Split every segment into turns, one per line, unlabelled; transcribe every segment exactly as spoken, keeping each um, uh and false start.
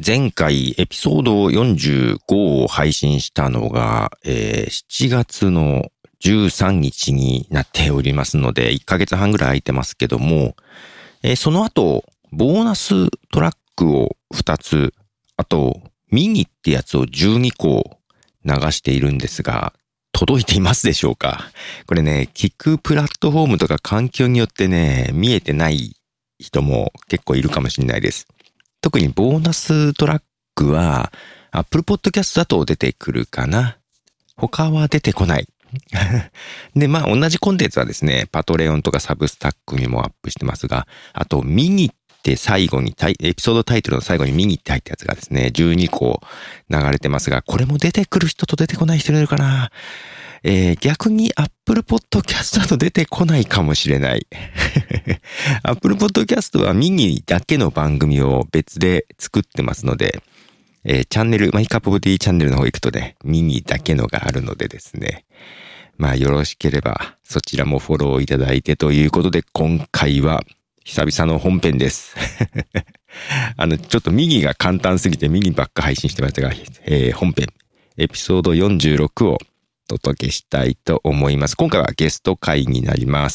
前回エピソードよんじゅうごを配信したのが、えー、しちがつのじゅうさんにちになっておりますので、いっかげつはんぐらい空いてますけども、えー、その後、ボーナストラックをふたつ、あと、ミニってやつをじゅうにこ流しているんですが、届いていますでしょうか？これね、聞くプラットフォームとか環境によってね、見えてない人も結構いるかもしれないです。特にボーナストラックは Apple Podcast だと出てくるかな。他は出てこない。で、まあ同じコンテンツはですね、パトレオンとかサブスタックにもアップしてますが、あとミニって最後に、エピソードタイトルの最後にミニって入ったやつがですね、じゅうにこ流れてますが、これも出てくる人と出てこない人いるかな。えー、逆に Apple Podcast だと出てこないかもしれない。Apple Podcast はミニだけの番組を別で作ってますので、えー、チャンネル、マイカップオブティーチャンネルの方行くとね、ミニだけのがあるのでですね。まあよろしければそちらもフォローいただいてということで、今回は久々の本編です。あの、ちょっとミニが簡単すぎてミニばっか配信してましたが、えー、本編、エピソードよんじゅうろくをお届けしたいと思います。今回はゲスト会になります。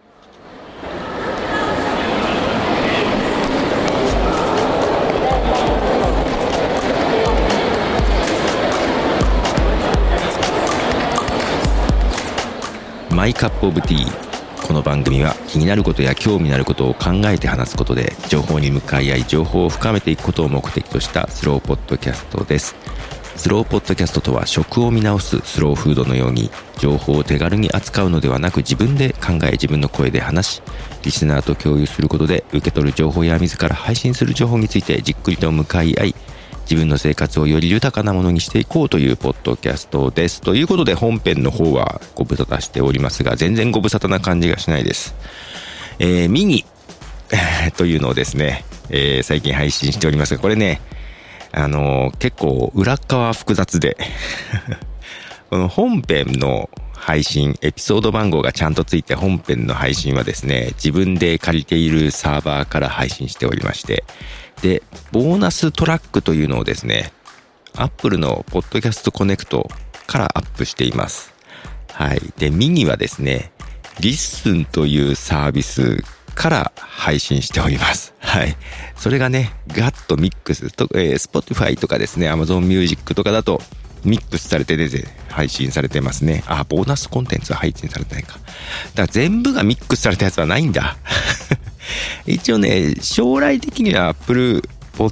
マイカップオブティー。この番組は気になることや興味のあることを考えて話すことで、情報に向かい合い情報を深めていくことを目的としたスローポッドキャストです。スローポッドキャストとは、食を見直すスローフードのように、情報を手軽に扱うのではなく、自分で考え自分の声で話し、リスナーと共有することで、受け取る情報や自ら配信する情報についてじっくりと向かい合い、自分の生活をより豊かなものにしていこうというポッドキャストです。ということで、本編の方はご無沙汰しておりますが、全然ご無沙汰な感じがしないです。えー、ミニというのをですね、えー、最近配信しておりますが、これね、あのー、結構裏側複雑でこの本編の配信、エピソード番号がちゃんとついて、本編の配信はですね、自分で借りているサーバーから配信しておりまして、で、ボーナストラックというのをですね、Apple のポッドキャストコネクトからアップしています。はい。で、ミニはですね、リッスンというサービスから配信しております。はい。それがね、ガッとミックスと、えー、Spotify とかですね、Amazon Music とかだとミックスされて出て配信されてますね。あ、ボーナスコンテンツは配信されてないか。だから全部がミックスされたやつはないんだ。一応ね、将来的には Apple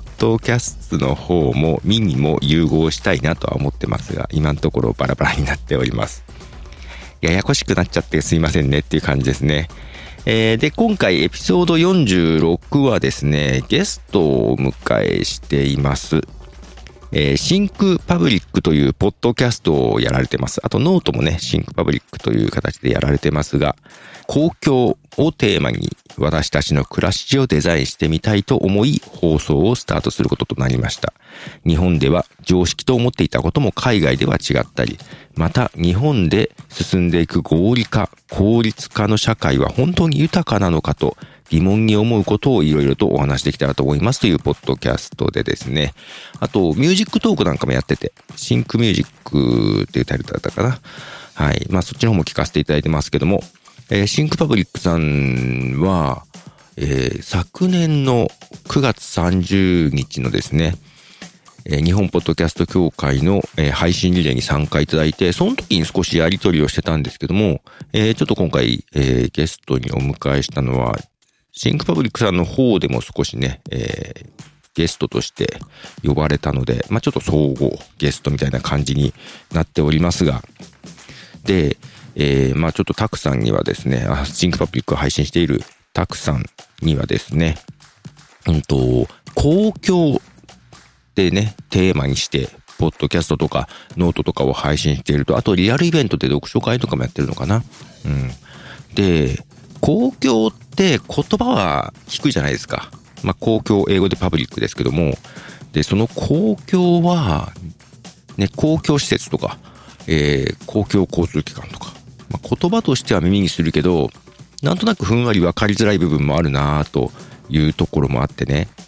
Podcast の方もミニも融合したいなとは思ってますが、今のところバラバラになっております。ややこしくなっちゃってすいませんねっていう感じですね。えー、で、今回エピソードよんじゅうろくはですね、ゲストをお迎えしています。えー、シンクパブリックというポッドキャストをやられてます。あとノートもね、シンクパブリックという形でやられてますが、公共をテーマに私たちの暮らしをデザインしてみたいと思い、放送をスタートすることとなりました。日本では常識と思っていたことも海外では違ったり、また日本で進んでいく合理化、効率化の社会は本当に豊かなのかと疑問に思うことをいろいろとお話できたらと思いますというポッドキャストでですね。あと、ミュージックトークなんかもやってて、シンクミュージックっていうタイトルだったかな。はい。まあそっちの方も聞かせていただいてますけども、えー、シンクパブリックさんは、えー、昨年のくがつさんじゅうにちのですね、えー、日本ポッドキャスト協会の、えー、配信リレーに参加いただいて、その時に少しやり取りをしてたんですけども、えー、ちょっと今回、えー、ゲストにお迎えしたのは、シンクパブリックさんの方でも少しね、えー、ゲストとして呼ばれたので、まあ、ちょっと総合ゲストみたいな感じになっておりますが、で、えー、まあちょっとタクさんにはですね、あ、シンクパブリックを配信しているタクさんにはですね、うんと、公共でね、テーマにして、ポッドキャストとかノートとかを配信していると、あとリアルイベントで読書会とかもやってるのかな。うん。で、公共って言葉は聞くじゃないですか。まあ公共、英語でパブリックですけども、で、その公共は、ね、公共施設とか、えー、公共交通機関とか、まあ、言葉としては耳にするけど、なんとなくふんわり分かりづらい部分もあるなというところもあってね。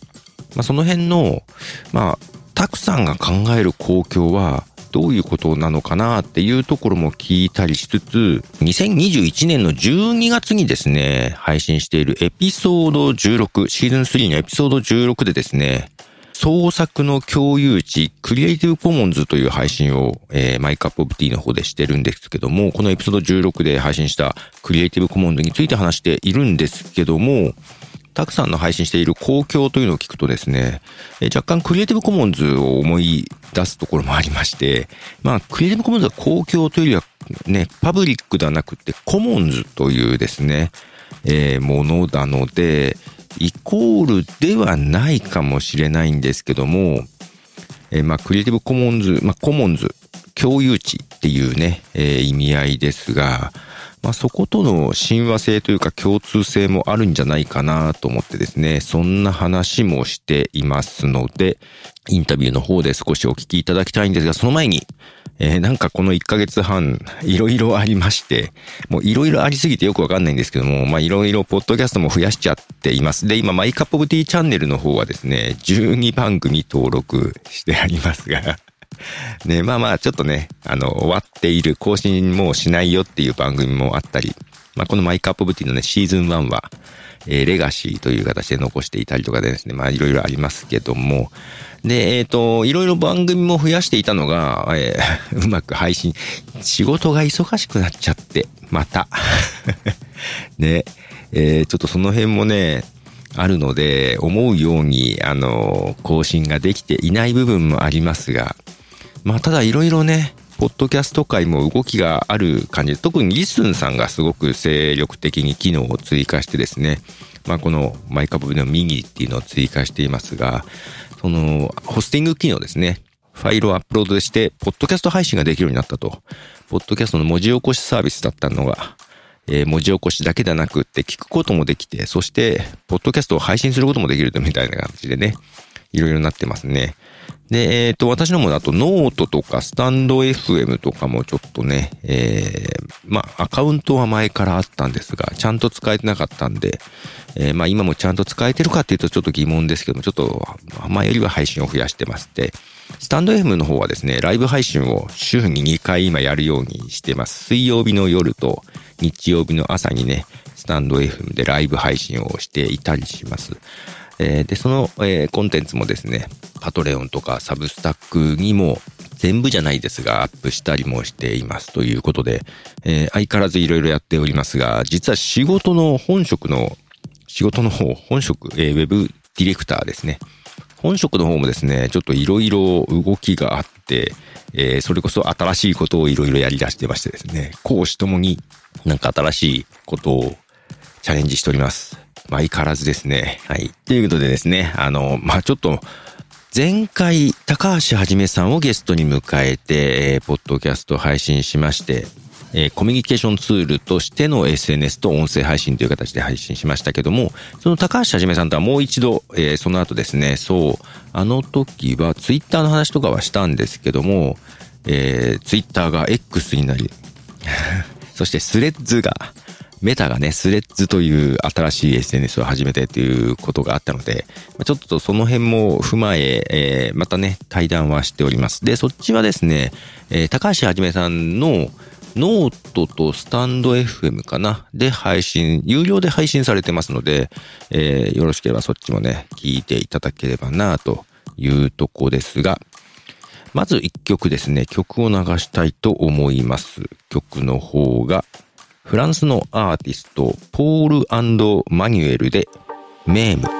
まあ、その辺の、まあ、たくさんが考える公共はどういうことなのかなっていうところも聞いたりしつつ、にせんにじゅういちねんのじゅうにがつにですね、配信しているエピソードじゅうろく、シーズンスリーのエピソードじゅうろくでですね、創作の共有値、クリエイティブコモンズという配信を、えー、マイカップオブティーの方でしてるんですけども、このエピソードじゅうろくで配信したクリエイティブコモンズについて話しているんですけども、たくさんの配信している公共というのを聞くとですね、えー、若干クリエイティブコモンズを思い出すところもありまして、まあ、クリエイティブコモンズは公共というよりはね、パブリックではなくてコモンズというですね、えー、ものなので、イコールではないかもしれないんですけども、えー、まあ、クリエイティブコモンズ、まあ、コモンズ、共有値っていうね、えー、意味合いですが、まあ、そことの親和性というか共通性もあるんじゃないかなと思ってですね、そんな話もしていますので、インタビューの方で少しお聞きいただきたいんですが、その前に、えー、なんかこのいっかげつはん、いろいろありまして、もういろいろありすぎてよくわかんないんですけども、まあいろいろポッドキャストも増やしちゃっています。で、今、マイカップオブティーチャンネルの方はですね、じゅうにばんぐみ登録してありますが、ね、まあまあちょっとね、あの、終わっている、更新もうしないよっていう番組もあったり、まあこのマイカップオブティーのね、シーズンワンは、えー、レガシーという形で残していたりとかでですね、まあいろいろありますけども、で、えっと、いろいろ番組も増やしていたのが、えー、うまく配信、仕事が忙しくなっちゃって、また。ね、えー、ちょっとその辺もね、あるので、思うように、あの、更新ができていない部分もありますが、まあ、ただいろいろね、ポッドキャスト界も動きがある感じで、特にリスンさんがすごく精力的に機能を追加してですね、まあ、このマイカップのミニっていうのを追加していますが、その、ホスティング機能ですね。ファイルをアップロードして、ポッドキャスト配信ができるようになったと。ポッドキャストの文字起こしサービスだったのが、えー、文字起こしだけではなくって聞くこともできて、そして、ポッドキャストを配信することもできるみたいな感じでね、いろいろなってますね。で、えっと、私のもだとノートとかスタンド エフエム とかもちょっとね、えー、まあ、アカウントは前からあったんですが、ちゃんと使えてなかったんで、えー、まあ今もちゃんと使えてるかっていうとちょっと疑問ですけども、ちょっと前よりは配信を増やしてまして、スタンド エフエム の方はですね、ライブ配信を週ににかい今やるようにしてます。水曜日の夜と日曜日の朝にね、スタンド エフエム でライブ配信をしていたりします。えー、で、その、えー、コンテンツもですね、パトレオンとかサブスタックにも全部じゃないですがアップしたりもしていますということで、えー、相変わらずいろいろやっておりますが、実は仕事の本職の仕事の方、本職、えー、ウェブディレクターですね。本職の方もですね、ちょっといろいろ動きがあって、えー、それこそ新しいことをいろいろやり出してましてですね、講師ともになんか新しいことをチャレンジしております。相変わらずですね。はい。ということでですね、あの、まあ、ちょっと、前回、高橋はじめさんをゲストに迎えて、えー、ポッドキャスト配信しまして、えー、コミュニケーションツールとしての エスエヌエス と音声配信という形で配信しましたけども、その高橋はじめさんとはもう一度、えー、その後ですね、そう、あの時はツイッターの話とかはしたんですけども、えー、ツイッターが X になり、そしてスレッズが、メタがね、スレッズという新しい エスエヌエス を始めてということがあったので、ちょっとその辺も踏まえ、えー、またね、対談はしております。で、そっちはですね、えー、高橋はじめさんのノートとスタンド エフエム かなで配信、有料で配信されてますので、えー、よろしければそっちもね、聞いていただければなというとこですが、まず一曲ですね、曲を流したいと思います。曲の方が、フランスのアーティスト、ポール&マニュエルで、メーム。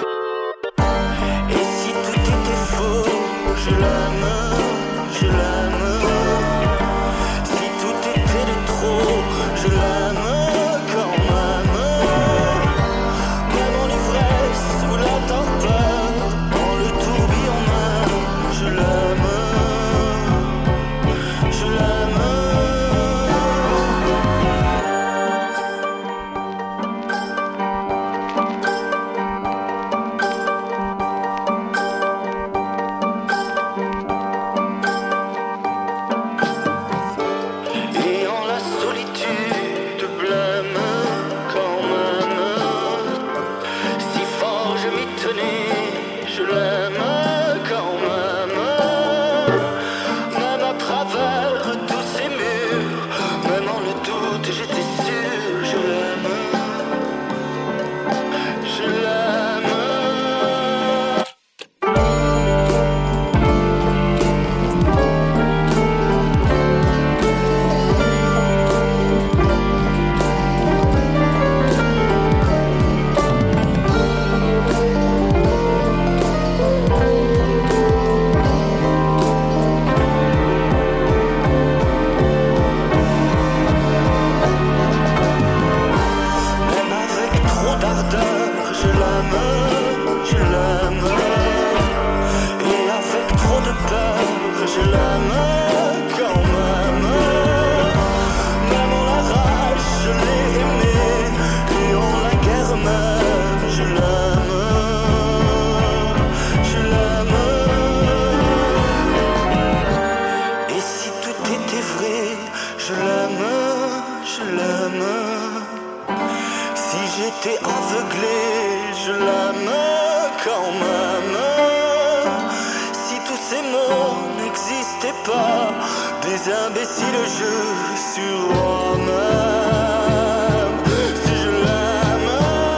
Je l'aime, je l'aime. je l'aime. Si j'étais aveuglé, je l'aime quand même. Si tous ces mots n'existaient pas, des imbéciles jeux sur moi-même. Si je l'aime.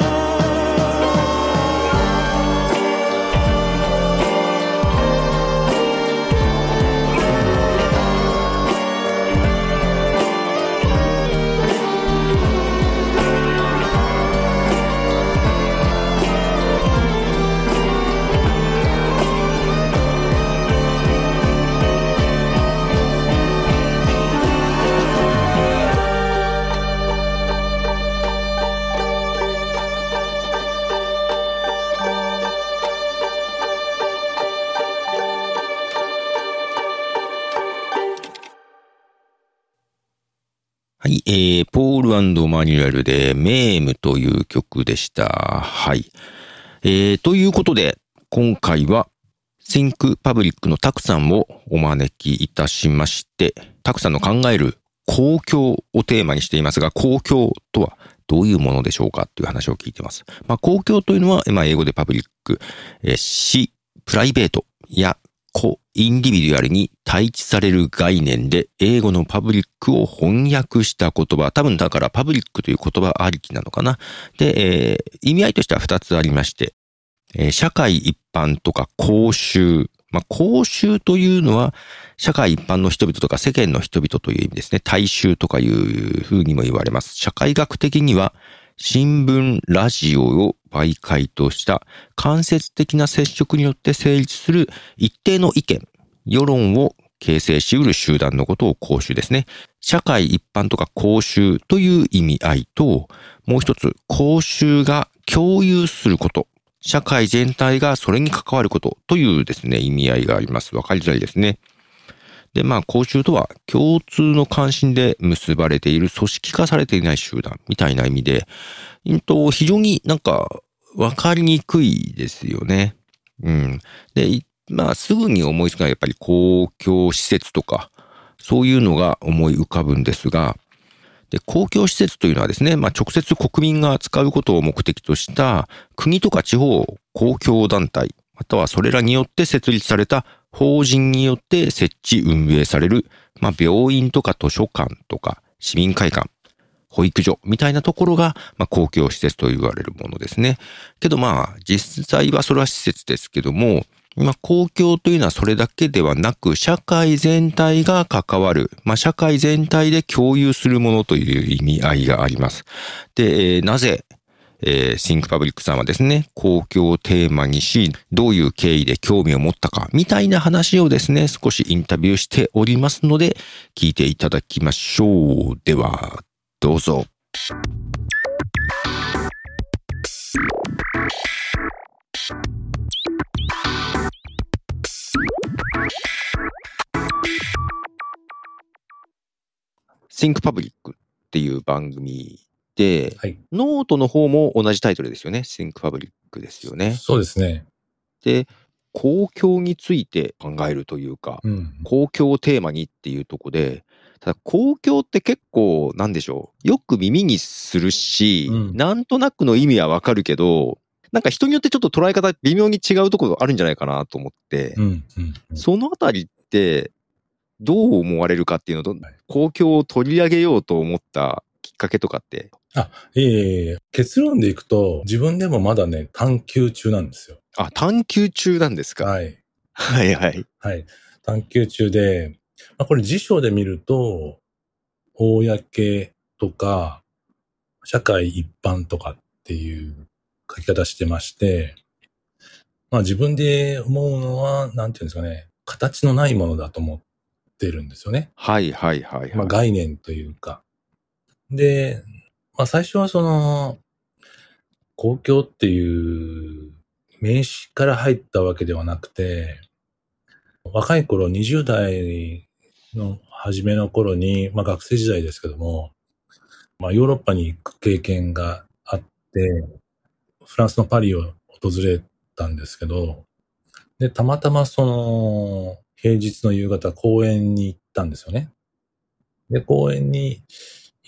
はい、えー、ポール&マニュエルでメームという曲でした。はい。えー、ということで、今回は Think Public のタクさんをお招きいたしまして、タクさんの考える公共をテーマにしていますが、公共とはどういうものでしょうかという話を聞いています。まあ、公共というのは、まあ、英語でパブリック、えー、私、プライベートやコ・インディビデュアルに対置される概念で、英語のパブリックを翻訳した言葉、多分だからパブリックという言葉ありきなのかな。で、えー、意味合いとしてはふたつありまして、えー、社会一般とか公衆。まあ、公衆というのは、社会一般の人々とか世間の人々という意味ですね。大衆とかいうふうにも言われます。社会学的には、新聞、ラジオを媒介とした間接的な接触によって成立する一定の意見、世論を形成し得る集団のことを公衆ですね。社会一般とか公衆という意味合いと、もう一つ、公衆が共有すること、社会全体がそれに関わることというですね、意味合いがあります。わかりづらいですね。で、まあ、公衆とは共通の関心で結ばれている組織化されていない集団みたいな意味で、非常になんかわかりにくいですよね。うん。で、まあ、すぐに思いつくのはやっぱり公共施設とか、そういうのが思い浮かぶんですが、で、公共施設というのはですね、まあ、直接国民が使うことを目的とした国とか地方公共団体、またはそれらによって設立された法人によって設置運営される、まあ、病院とか図書館とか市民会館、保育所みたいなところが、まあ、公共施設と言われるものですね。けどまあ、実際はそれは施設ですけども、まあ、公共というのはそれだけではなく、社会全体が関わる、まあ、社会全体で共有するものという意味合いがあります。で、えー、なぜ、えー、Think Public さんはですね、公共をテーマにし、どういう経緯で興味を持ったか、みたいな話をですね、少しインタビューしておりますので、聞いていただきましょう。では、どうぞ。Think Public っていう番組で、はい、ノートの方も同じタイトルですよね。Think Public ですよね。
そうですね。
で、公共について考えるというか、うん、公共をテーマにっていうところで、ただ公共って結構なんでしょう。よく耳にするし、うん、なんとなくの意味はわかるけど、なんか人によってちょっと捉え方微妙に違うところあるんじゃないかなと思って、うんうんうん、そのあたりってどう思われるかっていうのと、公共を取り上げようと思ったきっかけとかって。
あ、いえいえ、結論でいくと自分でもまだね探求中なんですよ。
あ、探求中なんですか。
はい。
はいはい。
はい。探求中で、まあ、これ辞書で見ると、公とか、社会一般とかっていう書き方してまして、まあ自分で思うのは、なんていうんですかね、形のないものだと思ってるんですよね。
はいはいはい、はい。
まあ概念というか。で、まあ最初はその、公共っていう名詞から入ったわけではなくて、若い頃にじゅう代の初めの頃に、まあ学生時代ですけども、まあヨーロッパに行く経験があって、フランスのパリを訪れたんですけど、で、たまたまその、平日の夕方公園に行ったんですよね。で、公園に行っ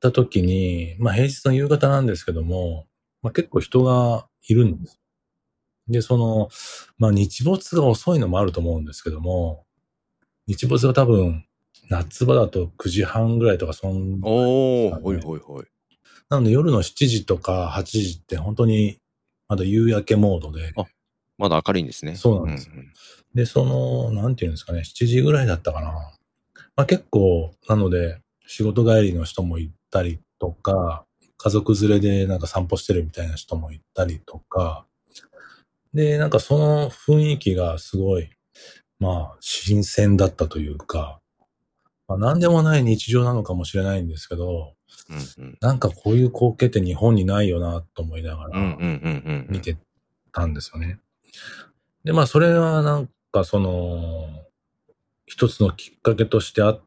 った時に、まあ平日の夕方なんですけども、まあ結構人がいるんです。で、その、まあ日没が遅いのもあると思うんですけども、日没が多分、夏場だとくじはんぐらいとかそんな、
おー、
ね
ほいほいほい。
なので夜のしちじとかはちじって本当にまだ夕焼けモードで、
あ、まだ明るいんですね。
そうなんです。
うんうん
で、その、なんていうんですかね、しちじぐらいだったかな。まあ結構、なので、仕事帰りの人も行ったりとか、家族連れでなんか散歩してるみたいな人も行ったりとか、で、なんかその雰囲気がすごい、まあ、新鮮だったというか、まあ何でもない日常なのかもしれないんですけど、
うんうん
なんかこういう光景って日本にないよなと思いながら
うんうんうんうんうん
見てたんですよね。で、まあそれはなんかその、一つのきっかけとしてあって、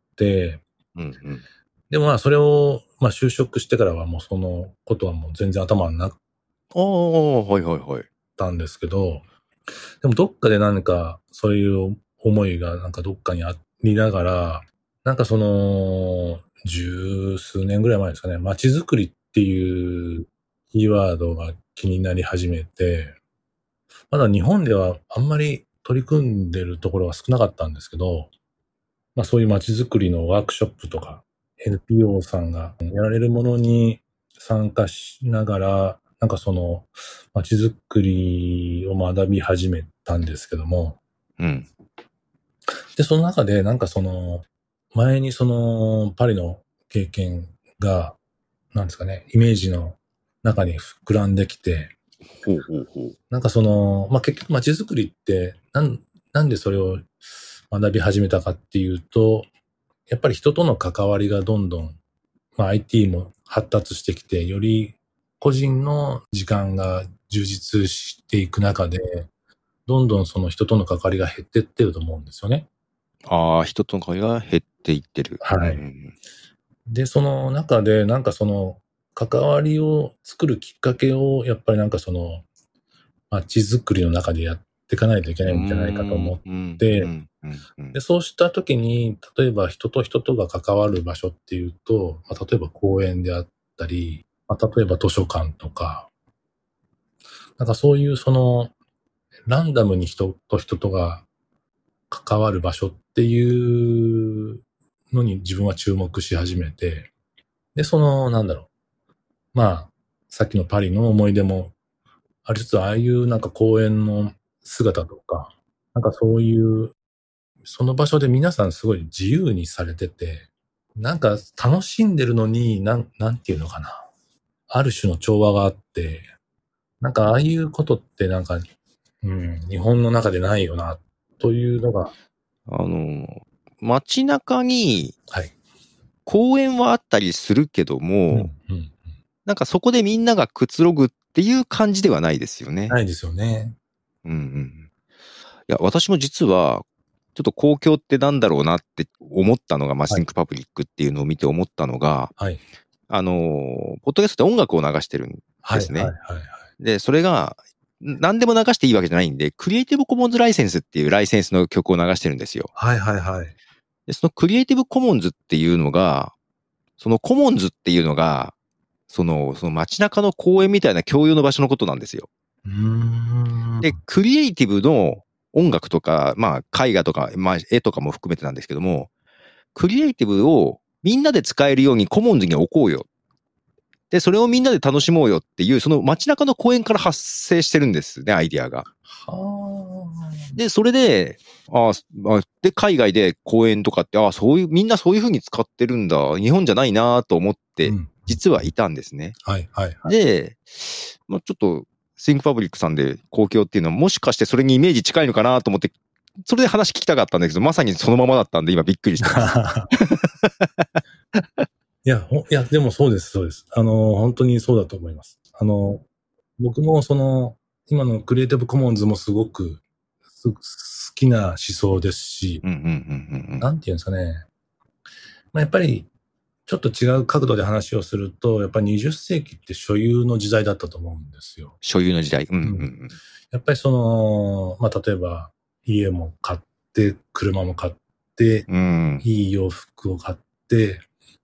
うんうん
でもまあそれを、まあ就職してからはもうそのことはもう全然頭になかっ
おー、はいはいはい。
たんですけど、でもどっかで何かそういう思いがなんかどっかにありながら、なんかその、十数年ぐらい前ですかね、街づくりっていうキーワードが気になり始めて、まだ日本ではあんまり取り組んでるところは少なかったんですけど、まあそういう街づくりのワークショップとか エヌピーオー さんがやられるものに参加しながら、なんかその街づくりを学び始めたんですけども、
うん。
で、その中でなんかその前にそのパリの経験が、なんですかね、イメージの中に膨らんできて、
ほうほうほう。
なんかその、まあ、結局街づくりってなん、なんでそれを学び始めたかっていうと、やっぱり人との関わりがどんどん、まあ、アイティー も発達してきて、より個人の時間が充実していく中で、どんどんその人との関わりが減ってってると思うんですよね。
ああ、人との会が減っていってる。
はい
うんうん
で、その中で、なんかその関わりを作るきっかけを、やっぱりなんかその街づくりの中でやっていかないといけないんじゃないかと思っ
うん
て、
うんうんうん
で、そうした時に、例えば人と人とが関わる場所っていうと、まあ、例えば公園であったり、まあ、例えば図書館とか、なんかそういうその、ランダムに人と人とが関わる場所っていうのに自分は注目し始めて、で、その、なんだろう。まあ、さっきのパリの思い出もありつつ、ああいうなんか公園の姿とか、なんかそういうその場所で皆さんすごい自由にされてて、なんか楽しんでるのに、なん、なんていうのかな。ある種の調和があって、なんかああいうことってなんか、うん、日本の中でないよな、というのが、
あの、街中に
はい。
公園はあったりするけども、
うん、うん。
なんかそこでみんながくつろぐっていう感じではないですよね。
ないですよね。
うんうん。いや、私も実は、ちょっと公共ってなんだろうなって思ったのが、マシンクパブリックっていうのを見て思ったのが、
はい。
あの、ポッドキャストで音楽を流してるん
はい、
ですね。
はい、はい。はい
で、それが、何でも流していいわけじゃないんで、クリエイティブコモンズライセンスっていうライセンスの曲を流してるんですよ。
はい、はい、はい。
で、そのクリエイティブコモンズっていうのが、そのコモンズっていうのが、その、その街中の公園みたいな共有の場所のことなんですよ。
うーん。
で、クリエイティブの音楽とか、まあ、絵画とか、まあ、絵とかも含めてなんですけども、クリエイティブをみんなで使えるようにコモンズに置こうよ。で、それをみんなで楽しもうよっていう、その街中の公園から発生してるんですね、アイディアが。
は
で、それで、ああ、で、海外で公園とかって、ああ、そういう、みんなそういう風に使ってるんだ。日本じゃないなと思っ
あ。
て、
うん。
実はいたんですね。
はい、はい、はい。
で、まあ、ちょっと、Think Public さんで公共っていうのはもしかしてそれにイメージ近いのかなと思って、それで話聞きたかったんだけど、まさにそのままだったんで今びっくりしてます。
いや、ほいや、でもそうです、そうです。あの、本当にそうだと思います。あの、僕もその、今のクリエイティブコモンズもすごくす好きな思想ですし、
うんうんうんうん
なんていうんですかね。まあ、やっぱり、ちょっと違う角度で話をすると、やっぱりにじゅっ世紀って所有の時代だったと思うんですよ。
所有の時代。うんうんうん。
やっぱりその、まあ、例えば、家も買って、車も買って、
うん。
いい洋服を買って、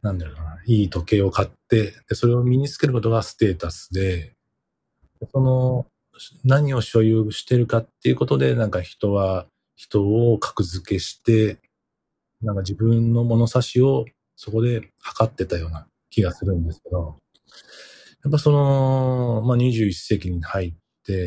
なんだろうな、いい時計を買って、で、それを身につけることがステータスで、その、何を所有してるかっていうことで、なんか人は、人を格付けして、なんか自分の物差しをそこで測ってたような気がするんですけど、やっぱその、まあ、にじゅういっ世紀に入って、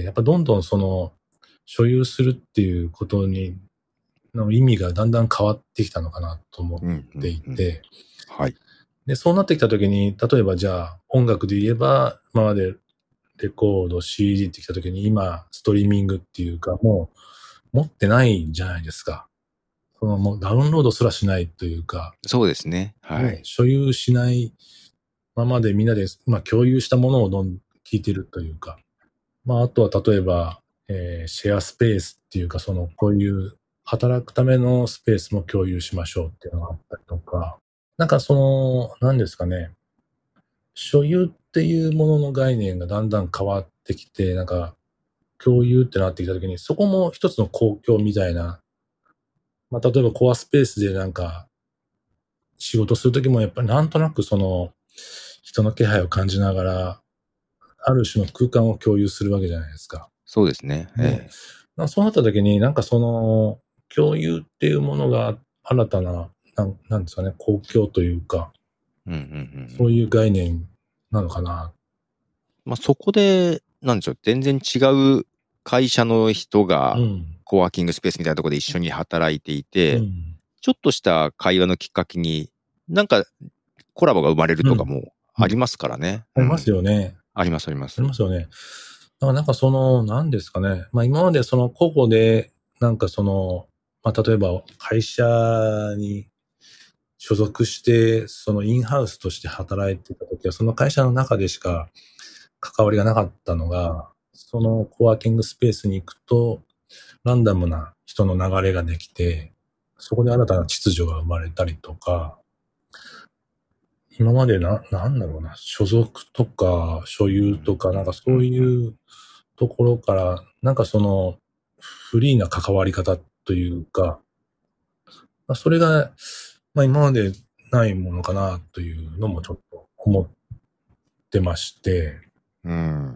やっぱどんどんその、所有するっていうことに、の意味がだんだん変わってきたのかなと思っていて、
うんうんうん、はい。
で、そうなってきたときに、例えばじゃあ音楽で言えば、今までレコード、シーディー ってきたときに、今、ストリーミングっていうか、もう持ってないんじゃないですか。そのもうダウンロードすらしないというか、
そうですね。はい。
ね、所有しないままでみんなで、まあ、共有したものをどん聞いてるというか、まあ、あとは例えば、えーシェアスペースっていうか、その、こういう働くためのスペースも共有しましょうっていうのがあったりとか、なんかその、何ですかね、所有っていうものの概念がだんだん変わってきて、なんか、共有ってなってきたときに、そこも一つの公共みたいな、まあ、例えばコアスペースでなんか、仕事するときもやっぱりなんとなくその、人の気配を感じながら、ある種の空間を共有するわけじゃないですか。
そうですね。
ね
ええ、
まあそうなったときに、なんかその、共有っていうものが新たな、なんなんですかね、公共というか、
うんうんうんうん、
そういう概念なのかな。
まあ、そこで、なんでしょう、全然違う会社の人が、
うん。
コワーキングスペースみたいなところで一緒に働いていて、
うん。
ちょっとした会話のきっかけに、なんかコラボが生まれるとかもありますからね。
あります
よ。
よね。
ありますありま
あ
す。
りますよね。だからなんかその、何ですかね。まあ今までその個々で、なんかその、まあ例えば会社に所属して、そのインハウスとして働いてた時は、その会社の中でしか関わりがなかったのが、そのコワーキングスペースに行くと、ランダムな人の流れができて、そこで新たな秩序が生まれたりとか、今までな、なんだろうな、所属とか所有とか、なんかそういうところから、なんかその、フリーな関わり方というか、まあそれが、まあ今までないものかなというのもちょっと思ってまして、
うん。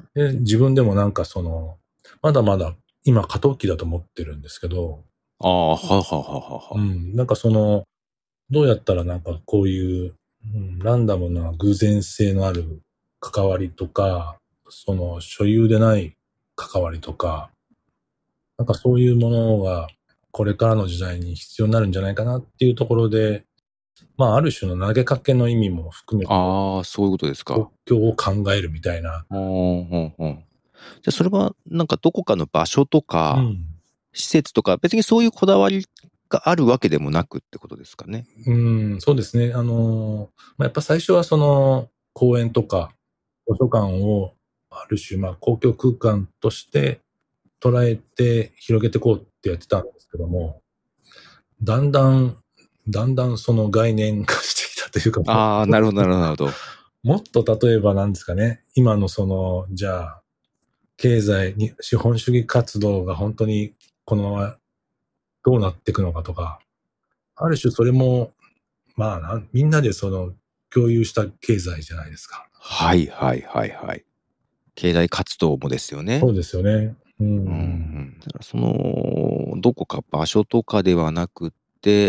で、自分でもなんかその、まだまだ今過渡期だと思ってるんですけど、
ああ、ははははは。
うん、なんかその、どうやったらなんかこういう、うん、ランダムな偶然性のある関わりとか、その所有でない関わりとか、なんかそういうものがこれからの時代に必要になるんじゃないかなっていうところで、まあある種の投げかけの意味も含めて、
ああ、そういうことですか。
国境を考えるみたいな。
ほんほんほん。じゃあそれはなんかどこかの場所と
う
か、
ん。
施設とか、別にそういうこだわりがあるわけでもなくってことですかね。
うん、そうですね。あの、まあ、やっぱ最初はその公園とか図書館をある種まあ公共空間として捉えて広げていこうってやってたんですけども、だんだん、だんだんその概念化してきたというか、
ああ、なるほど、なるほど、なるほど。
もっと例えばなんですかね、今のその、じゃあ、経済に、資本主義活動が本当にこのままどうなっていくのかとか、ある種それも、まあなん、みんなでその共有した経済じゃないですか。
はいはいはいはい。経済活動もですよね。
そうですよね。うん。
うんうん、だからその、どこか場所とかではなくって、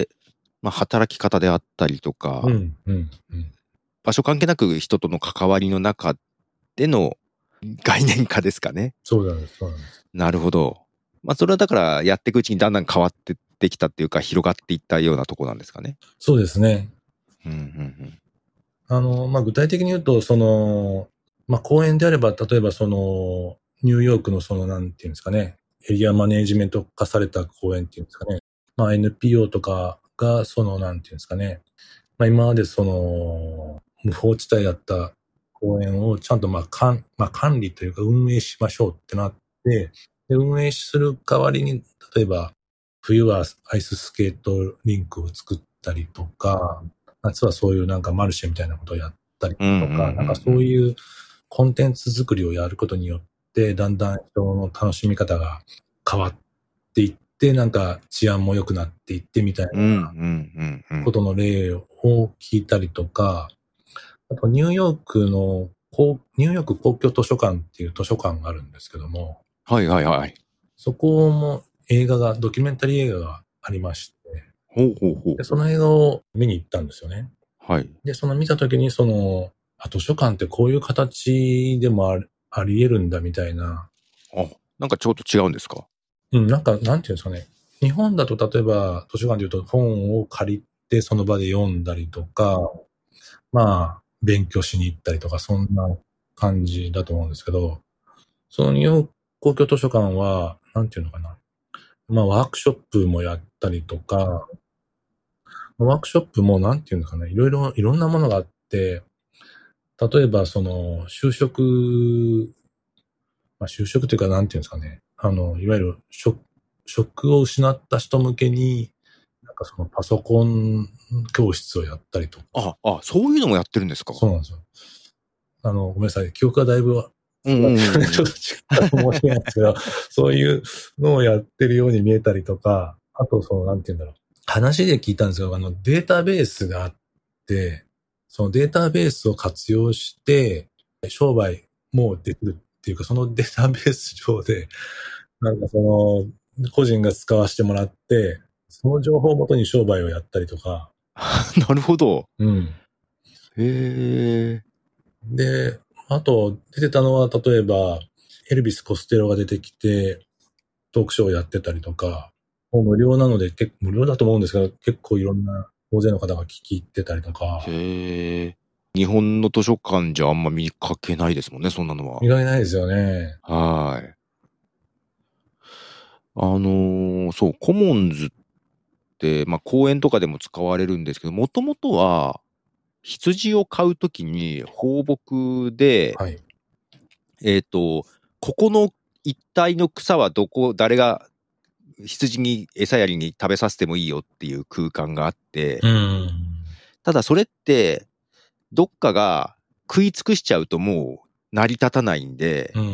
まあ、働き方であったりとか、
うん、うん、うん。
場所関係なく人との関わりの中での概念化ですかね。
そうなんです、そうなんです。
なるほど。まあ、それはだからやっていくうちにだんだん変わってってきたっていうか、広がっていったようなところなんですかね。
そうですね。
うんうんうん。
あの、まあ、具体的に言うと、その、まあ、公園であれば、例えばその、ニューヨークのその、なんていうんですかね、エリアマネージメント化された公園っていうんですかね。まあ、エヌピーオー とかが、その、なんていうんですかね。まあ、今までその、無法地帯だった公園をちゃんとまあ、かん、まあ、管理というか運営しましょうってなって、で、運営する代わりに、例えば、冬はアイススケートリンクを作ったりとか、夏はそういうなんかマルシェみたいなことをやったりとか、なんかそういうコンテンツ作りをやることによって、だんだん人の楽しみ方が変わっていって、なんか治安も良くなっていってみたいなことの例をを聞いたりとか、あとニューヨークの、ニューヨーク公共図書館っていう図書館があるんですけども、
はいはいはい。
そこも映画が、ドキュメンタリー映画がありまして、
ほうほうほう。
でその映画を見に行ったんですよね。
はい。
で、その見たときに、その、あ、図書館ってこういう形でもあり、あり得るんだみたいな。
あ、なんかちょっと違うんですか？
うん、なんか、なんていうんですかね。日本だと例えば図書館で言うと本を借りてその場で読んだりとか、まあ、勉強しに行ったりとか、そんな感じだと思うんですけど、そのニューヨーク公共図書館は、なんていうのかな。まあ、ワークショップもやったりとか、ワークショップもなんていうんですかね、いろいろ、いろんなものがあって、例えばその、就職、まあ、就職というかなんていうんですかね、あの、いわゆる職、職を失った人向けに、なんかそのパソコン教室をやったりとか。
あ、あ、そういうのもやってるんですか？
そうなんですよ。あの、ごめんなさい。記憶がだいぶ、
うんうんうん、
ちょっと違ったかもしれないですけど、そういうのをやってるように見えたりとか、あとその、なんて言うんだろう。話で聞いたんですけど、あの、データベースがあって、そのデータベースを活用して、商売もできるっていうか、そのデータベース上で、なんかその、個人が使わせてもらって、その情報をもとに商売をやったりとか。
なるほど。
うん。
へえ。
で、あと、出てたのは、例えば、エルビス・コステロが出てきて、トークショーをやってたりとか、もう無料なので、結構無料だと思うんですけど、結構いろんな大勢の方が聞き入ってたりとか。
へえ。日本の図書館じゃあんま見かけないですもんね、そんなのは。
見かけないですよね。
はい。あのー、そう、コモンズって、まあ、講演とかでも使われるんですけど、もともとは、羊を飼うときに放牧で、
はい。
えっと、ここの一帯の草はどこ、誰が羊に餌やりに食べさせてもいいよっていう空間があって、
うん。
ただそれって、どっかが食い尽くしちゃうともう成り立たないんで、
うんうん、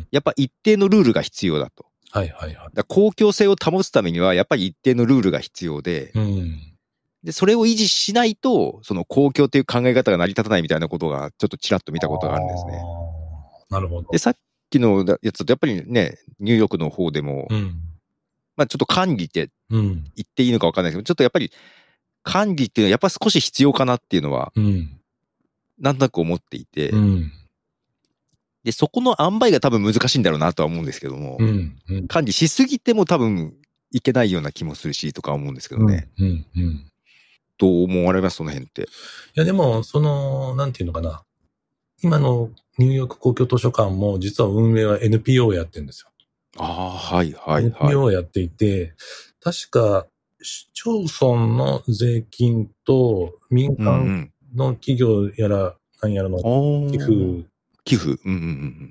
やっぱ一定のルールが必要だと。
はいはいはい。
だ公共性を保つためにはやっぱり一定のルールが必要で、
うん、
でそれを維持しないとその公共っていう考え方が成り立たないみたいなことがちょっとちらっと見たことがあるんですね。
なるほど。
でさっきのやつだとやっぱりね、ニューヨークの方でも、うん、まあちょっと管理って言っていいのか分かんないですけど、ちょっとやっぱり管理っていうのはやっぱ少し必要かなっていうのは、なんとなく思っていて、うん、で、そこの塩梅が多分難しいんだろうなとは思うんですけども、うんうん、管理しすぎても多分いけないような気もするしとか思うんですけどね。うんうんうん、どう思われます、その辺って。い
や、でも、その、なんていうのかな。今のニューヨーク公共図書館も実は運営は エヌピーオー をやってるんですよ。
ああ、はいはいはい。
エヌピーオー をやっていて、確か市町村の税金と民間の企業やら何やらの寄付、うんうん、
寄付、うんうんうん、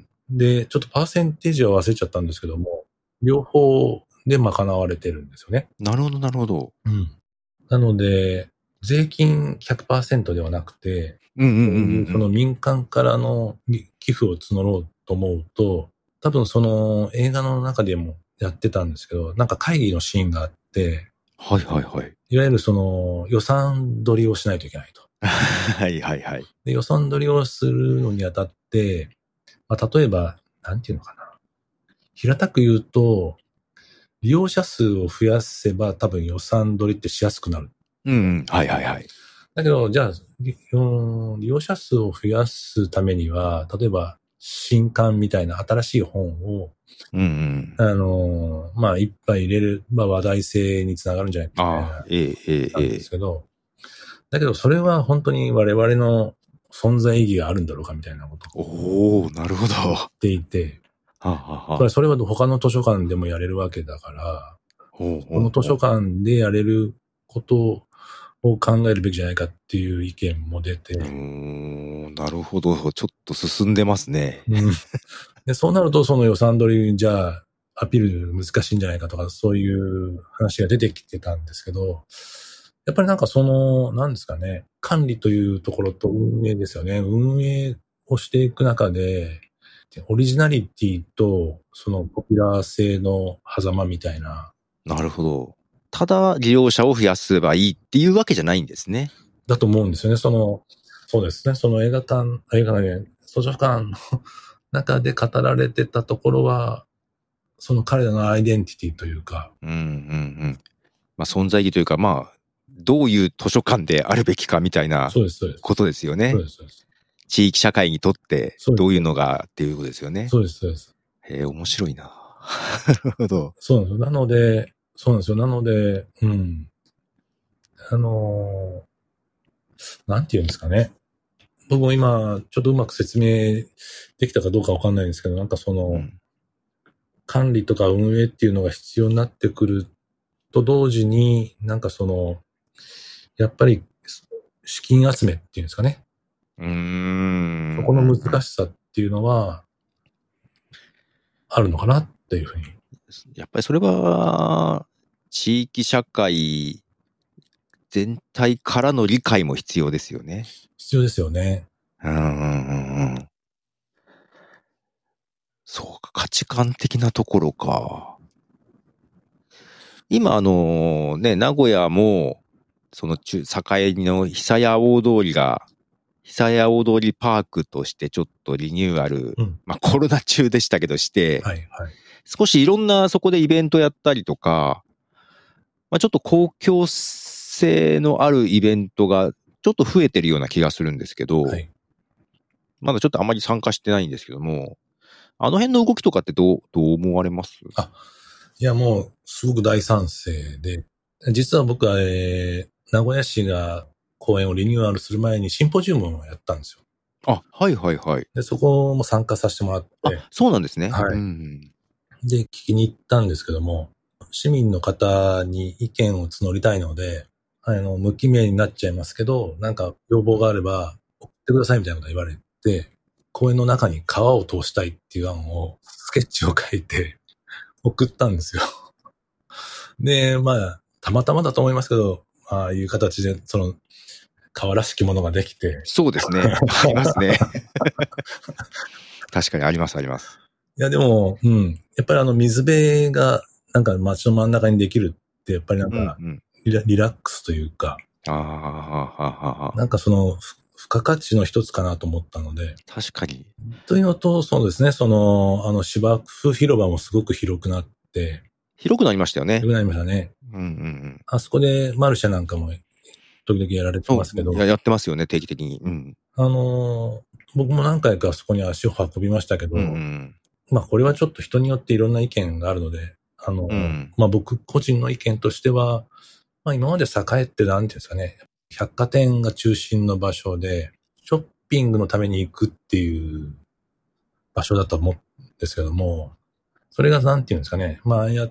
で、ちょっとパーセンテージは忘れちゃったんですけども、両方で賄われてるんですよね。
なるほど、なるほど。
うん。なので、税金 ひゃくパーセント ではなくて、うんうんうんうん、その民間からの寄付を募ろうと思うと、多分その映画の中でもやってたんですけど、なんか会議のシーンがあって、
はいはいはい。
いわゆるその予算取りをしないといけないと。
はいはいはい。
で、予算取りをするのにあたって、まあ、例えば、なんていうのかな。平たく言うと、利用者数を増やせば多分予算取りってしやすくなる。
うん、うん、はいはいはい。
だけど、じゃあ、利用者数を増やすためには、例えば、新刊みたいな新しい本を、うんうん、あの、まあ、いっぱい入れれば話題性につながるんじゃないかな。
ああ、ええ、ええ、
なんですけど、だけど、それは本当に我々の存在意義があるんだろうかみたいなこと
を。おー、なるほど。
言っていて、はあはあ、それは他の図書館でもやれるわけだから、ほうほうほう、この図書館でやれることを考えるべきじゃないかっていう意見も出て。うー
ん、なるほど。ちょっと進んでますね。
うん、でそうなると、その予算取りじゃあアピール難しいんじゃないかとか、そういう話が出てきてたんですけど、やっぱりなんかその、なんですかね、管理というところと運営ですよね。運営をしていく中で、オリジナリティとそのポピュラー性の狭間みたいな。
なるほど。ただ利用者を増やせばいいっていうわけじゃないんですね。
だと思うんですよね。その、そうですね。その映画館、映画館ね、図書館の中で語られてたところは、その彼らのアイデンティティというか。
うんうんうん。まあ存在意義というか、まあ、どういう図書館であるべきかみたいな
そうです、そうです。
ことですよね。
そうです、そうです。
地域社会にとってどういうのがっていうことですよね。
そうです、そうです。
へえ、面白いな。なるほど。
そうなんですよ。なので、そうなんですよ。なので、うん。あのー、なんて言うんですかね。僕も今、ちょっとうまく説明できたかどうかわかんないんですけど、なんかその、うん、管理とか運営っていうのが必要になってくると同時に、なんかその、やっぱり資金集めっていうんですかね。
うーん。
そこの難しさっていうのは、あるのかなっていうふうに。
やっぱりそれは、地域社会全体からの理解も必要ですよね。
必要ですよね。
うんうんうんうん。そうか、価値観的なところか。今あのね、名古屋も、その中、栄の久屋大通りが、久屋大通りパークとしてちょっとリニューアル、うん、まあコロナ中でしたけどして、
はいはい、
少しいろんなそこでイベントやったりとか、まあ、ちょっと公共性のあるイベントがちょっと増えてるような気がするんですけど、はい、まだちょっとあまり参加してないんですけども、あの辺の動きとかってどう、どう思われます？
あ、いやもうすごく大賛成で、実は僕は、えー、名古屋市が公園をリニューアルする前にシンポジウムをやったんですよ。
あ、はいはいはい。
で、そこも参加させてもらって。
あ、そうなんですね。
はい。
うん、
で、聞きに行ったんですけども、市民の方に意見を募りたいので、あの、無記名になっちゃいますけど、なんか要望があれば送ってくださいみたいなこと言われて、公園の中に川を通したいっていう案を、スケッチを書いて送ったんですよ。で、まあ、たまたまだと思いますけど、ああいう形で、その、川らしきものができて。
そうですね。ありますね。確かにありますあります。
いや、でも、うん。やっぱりあの、水辺が、なんか街の真ん中にできるって、やっぱりなんかリラ、うんうん、リラックスというか、
あ
なんかその、付加価値の一つかなと思ったので。
確かに。
というのと、そうですね、その、あの、芝生広場もすごく広くなって。
広くなりましたよね。
広くなりましたね。
うんうんうん。
あそこでマルシェなんかも、時々やられてますけど。
いや、やってますよね、定期的に。うん。
あの、僕も何回かあそこに足を運びましたけど、うんうん、まあこれはちょっと人によっていろんな意見があるので、あの、うん、まあ僕個人の意見としては、まあ今まで栄ってなんていうんですかね、百貨店が中心の場所で、ショッピングのために行くっていう場所だと思うんですけども、それがなんていうんですかね、まあああやって、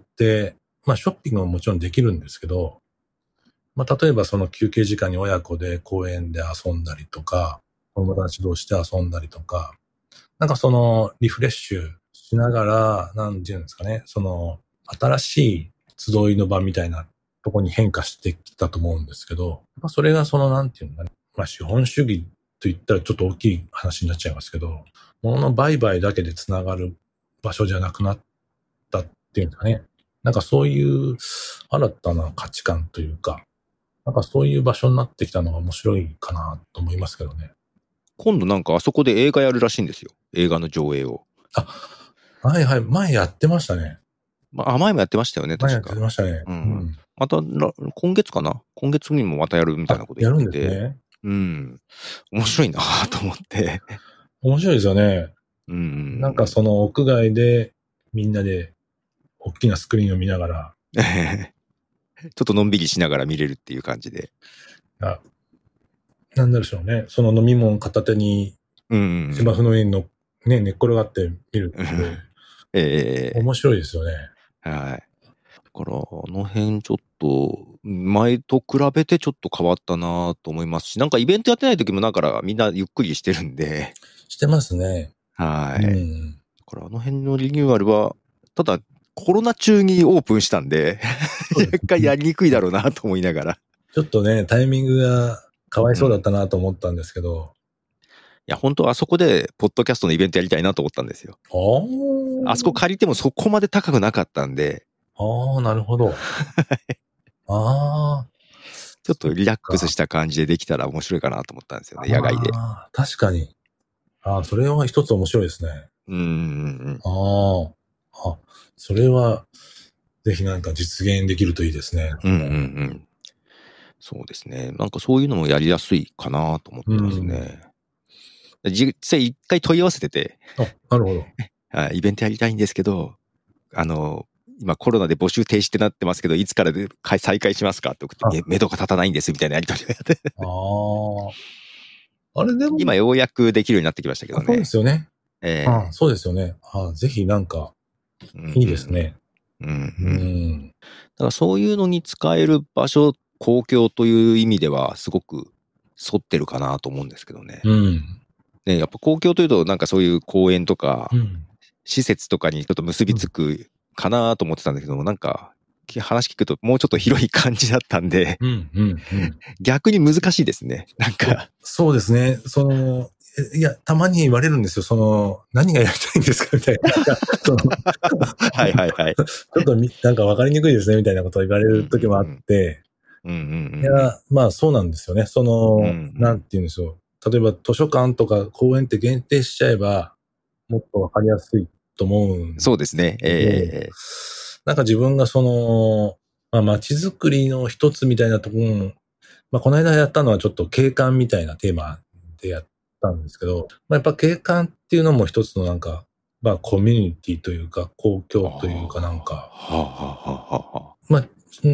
まあショッピングももちろんできるんですけど、まあ例えばその休憩時間に親子で公園で遊んだりとか、友達同士で遊んだりとか、なんかそのリフレッシュしながら、なんていうんですかね、その新しい集いの場みたいなとこに変化してきたと思うんですけど、まあ、それがそのなんていうのかね、まあ資本主義と言ったらちょっと大きい話になっちゃいますけど、物の売買だけでつながる場所じゃなくなったっていうんですかね。なんかそういう新たな価値観というか、なんかそういう場所になってきたのが面白いかなと思いますけどね。
今度なんかあそこで映画やるらしいんですよ。映画の上映を。
あ、はいはい。前やってましたね。
まあ、前もやってましたよね、確か。
前やってましたね。
うん。うん、また、今月かな今月にもまたやるみたいなこと言ってて。
やるんですね。
うん。面白いなと思って。
面白いですよね。
うん。
なんかその屋外でみんなで大きなスクリーンを見ながら。
ちょっとのんびりしながら見れるっていう感じで。
あ、なんだでしょうね。その飲み物片手に、芝生の上にの、ね、寝っ転がって見るっていう。
ええー。
面白いですよね。
はい。だから、あの辺ちょっと、前と比べてちょっと変わったなと思いますし、なんかイベントやってない時もだからみんなゆっくりしてるんで。
してますね。
はい。うん、だからあの辺のリニューアルは、ただコロナ中にオープンしたんで、若干やりにくいだろうなと思いながら。
ちょっとね、タイミングがかわいそうだったなと思ったんですけど。うん、
いや、本当はあそこで、ポッドキャストのイベントやりたいなと思ったんですよ。あそこ借りてもそこまで高くなかったんで。
ああ、なるほど。ああ。
ちょっとリラックスした感じでできたら面白いかなと思ったんですよね、野外で。
ああ、確かに。ああ、それは一つ面白いですね。
うんうんうん。
ああ、あ、それは、ぜひなんか実現できるといいですね。
うんうんうん。そうですね。なんかそういうのもやりやすいかなと思ってますね。実際一回問い合わせてて、
あ、なるほど。
はい、イベントやりたいんですけど、あの、今コロナで募集停止ってなってますけど、いつからで再開しますかって送って、めどが立たないんですみたいなやり取りをやって。
ああ。あれでも。
今ようやくできるようになってきましたけどね。
そうですよね。
ええ
ああ、そうですよね。ああ、ぜひなんか、いいですね。
うんうん。
うん。
だからそういうのに使える場所、公共という意味ではすごく沿ってるかなと思うんですけどね。
うん。
ね、やっぱ公共というとなんかそういう公園とか、
うん、
施設とかにちょっと結びつくかなと思ってたんだけども、うん、なんか話聞くともうちょっと広い感じだったんで、
うんうんうん、
逆に難しいですね。なんか。
そうですね。その、いや、たまに言われるんですよ。その、何がやりたいんですかみたいな。
はいはいはい。
ちょっとなんか分かりにくいですねみたいなことを言われる時もあって、いや、まあそうなんですよね。その、うんうん、なんて言うんでしょう。例えば図書館とか公園って限定しちゃえば、もっと分かりやすいと思うんです。
そうですね。えー、
なんか自分がその、まあ街づくりの一つみたいなところ、まあこの間やったのはちょっと景観みたいなテーマでやったんですけど、まあやっぱ景観っていうのも一つのなんか、まあコミュニティというか公共というかなんか、まあ、うん、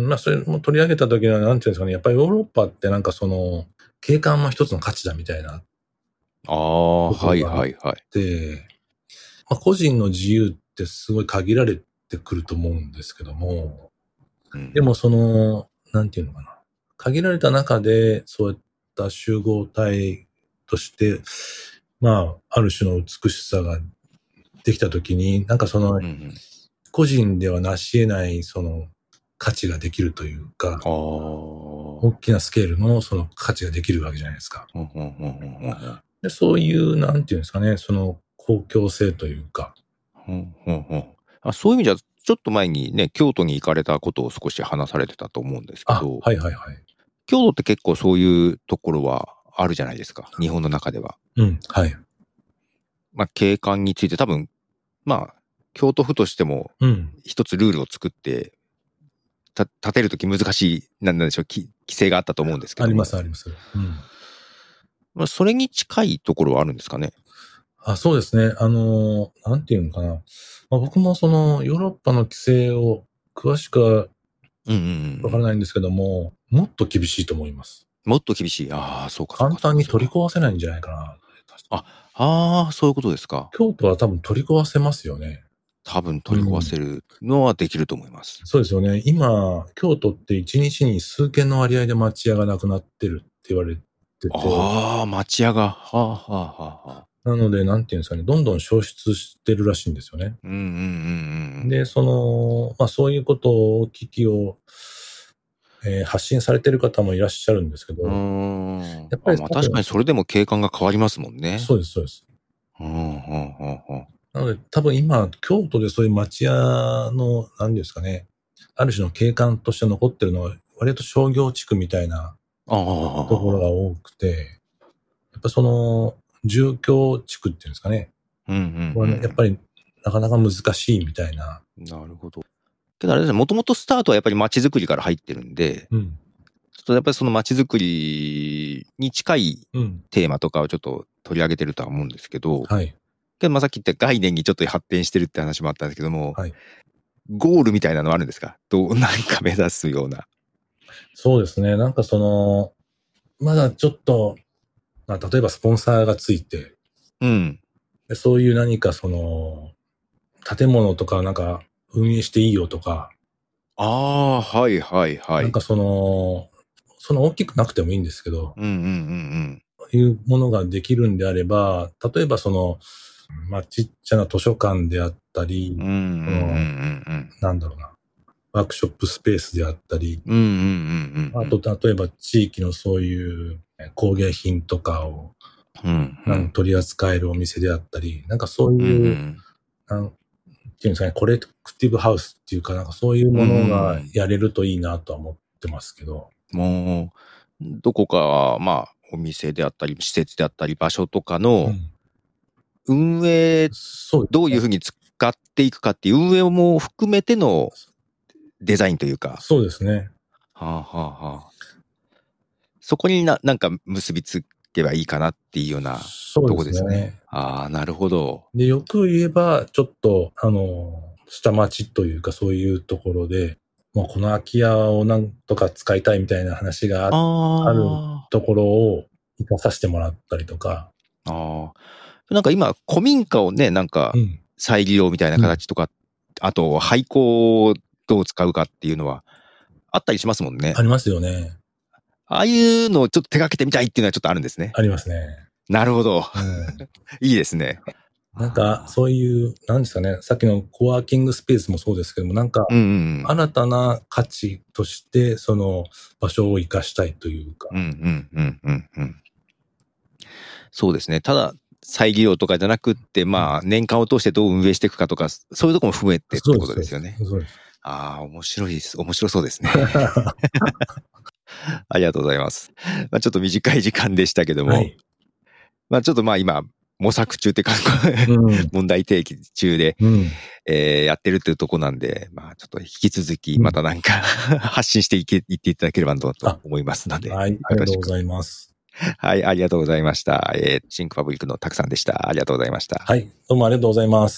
まあそれも取り上げた時はなんていうんですかね、やっぱりヨーロッパってなんかその、景観も一つの価値だみたいな。
ああ、はいはいはい。
で、まあ個人の自由ってすごい限られてくると思うんですけども、うん、でもその、なんていうのかな。限られた中で、そういった集合体として、まあ、ある種の美しさができたときに、なんかその、うんうん、個人では成し得ない、その、価値ができるというか、大きなスケールのその価値ができるわけじゃないですか。でそういう、なんていうんですかね、その公共性というか。
あ、そういう意味じゃ、ちょっと前にね、京都に行かれたことを少し話されてたと思うんですけど、
はいはいはい。
京都って結構そういうところはあるじゃないですか、日本の中では。
うん、はい。
まあ、景観について多分、まあ、京都府としても、一つルールを作って、た立てるとき難しい、なんでしょう、規制があったと思うんですけども。
ありますあります。うん。
まあ、それに近いところはあるんですかね。
あ、そうですね。あの、なんていうのかな。まあ、僕もそのヨーロッパの規制を詳しくはわからないんですけども、もっと厳しいと思います。
もっと厳しい。ああ、そうか。
簡単に取り壊せないんじゃないかな。
あ、ああ、そういうことですか。
京都は多分取り壊せますよね。
多分取り壊せるのはできると思います。
うん、そうですよね。今、京都っていちにちに数件の割合で町屋がなくなってるって言われてて。
ああ、町屋が。はあはあはあはあ。
なので、なんていうんですかね、どんどん消失してるらしいんですよね。
うんうんうんうん。
で、その、まあそういうことを、危機を、えー、発信されてる方もいらっしゃるんですけど、
うんやっぱり、まあ、確かにそれでも景観が変わりますもんね。
そうです、そうです。
うんうんうんうん、
なので、多分今、京都でそういう町屋の、何ですかね、ある種の景観として残ってるのは、割と商業地区みたいなところが多くて、やっぱその、住居地区っていうんですかね、
うんうんうん、
やっぱりなかなか難しいみたいな。
なるほど。けどあれですね、もともとスタートはやっぱり街づくりから入ってるんで、うん、ちょっとやっぱりその街づくりに近いテーマとかをちょっと取り上げてるとは思うんですけど、はい。けどまあさっき言った概念にちょっと発展してるって話もあったんですけども、はい、ゴールみたいなのあるんですか？どう何か目指すような。
そうですね。なんかその、まだちょっと、まあ、例えばスポンサーがついて、うん。でそういう何かその、建物とかなんか運営していいよとか。
ああ、はいはいはい。
なんかその、その大きくなくてもいいんですけど、
うんうんうんうん。
いうものができるんであれば、例えばその、まあ、ちっちゃな図書館であったり、うんうんうんうん、なんだろうな、ワークショップスペースであったり、うんうんうんうん、あと例えば地域のそういう工芸品とかを、うんうん、取り扱えるお店であったり、なんかそういう、うんうん、なんていうんですかね、コレクティブハウスっていうか、なんかそういうものがやれるといいなとは思ってますけど。
もうどこかまあお店であったり施設であったり場所とかの運営、
そうですね、
どういうふうに使っていくかっていう運営も含めてのデザインというか。
そうですね。
はあはあはあ。そこにななんか結びつけばいいかなっていうようなとこですね。ああ、なるほど。
で、よく言えば、ちょっと、あの、下町というかそういうところで、もうこの空き家をなんとか使いたいみたいな話が あ, あるところを生かさせてもらったりとか。
ああ。なんか今、古民家をね、なんか再利用みたいな形とか、うん、あと廃校をどう使うかっていうのはあったりしますもんね。
ありますよね。
ああいうのをちょっと手掛けてみたいっていうのはちょっとあるんですね。
ありますね。
なるほど。うん、いいですね。
なんか、そういう、なんですかね、さっきのコワーキングスペースもそうですけども、なんか、新たな価値として、その場所を生かしたいというか。
うんうんうんうんうん。そうですね。ただ、再利用とかじゃなくって、まあ、年間を通してどう運営していくかとか、そういうところも含めてってことですよね。
そうです。
ああ、面白いです。面白そうですね。ありがとうございます。まあ、ちょっと短い時間でしたけども、はい、まあちょっとまあ今、模索中っていうか、うん、問題提起中で、うんえー、やってるっていうとこなんで、まあちょっと引き続きまたなんか、うん、発信していけ、いっていただければと思いますので。
はい、ありがとうございます。
はい、ありがとうございました。えー、シンクパブリックのたくさんでした。ありがとうございました。
はい、どうもありがとうございます。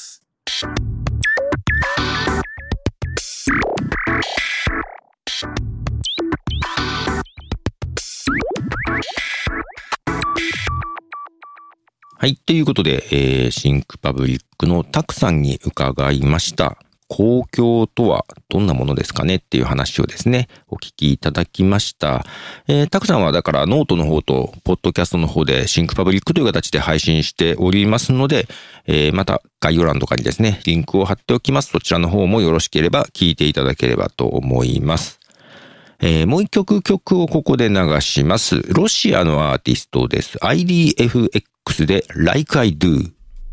はい。ということで、えー、シンクパブリックのタクさんに伺いました。公共とはどんなものですかねっていう話をですね、お聞きいただきました。えー、タクさんはだからノートの方とポッドキャストの方でシンクパブリックという形で配信しておりますので、えー、また概要欄とかにですね、リンクを貼っておきます。そちらの方もよろしければ聞いていただければと思います。えー、もう一曲曲をここで流します。ロシアのアーティストです。アイディーエフエックス で Like I Do。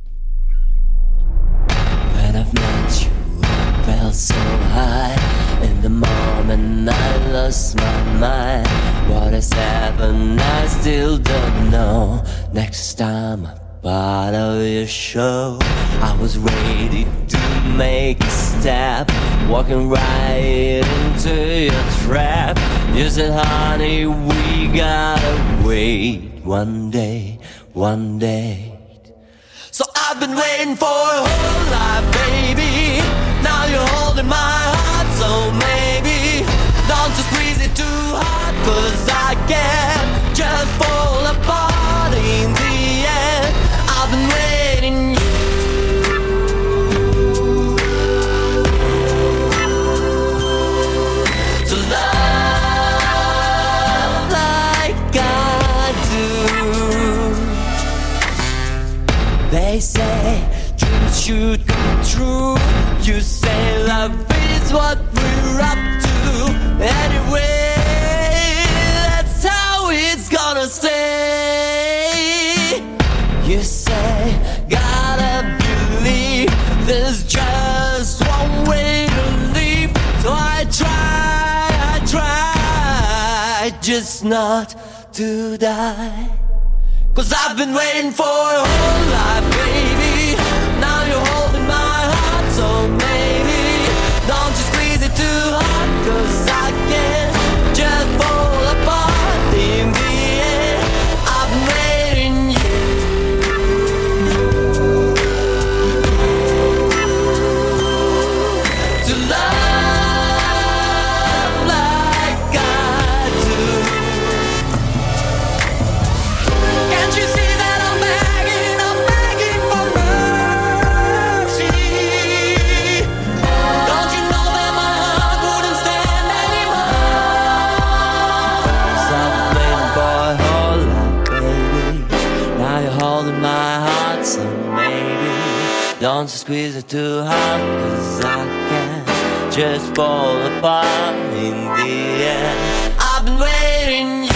When I've met you, I felt so high. In the moment I lost my mind. What has happened I still don't know. Next time I'm part of your show, I was ready to make a step, walking right into your trap. You said, honey, we gotta wait one day, one day. So I've been waiting for a whole life, baby. Now you're holding my heart, so maybe don't you squeeze it too hard, 'cause I can't just fall apart in the end. I've been waiting you to love like I do. They say dreams should come true. You say love is what we're up to. Anyway, that's how it's gonna stay. You say, gotta believe there's just one way to leave. So I try, I try, just not to die. 'Cause I've been waiting for a whole life, baby. Now you're holding my heart, so maybe don't you squeeze it too hard, 'cause I can't just fall apart in the end. I've been waiting you to love like I do. Can't you see that I'm begging, I'm begging for mercy? Don't you know that my heart wouldn't stand anymore? 'Cause I've been for a whole life, baby. Now you're holding my heart, so maybe don't you squeeze it too hard, 'cause I can't just fall apart in the end. I've been waiting you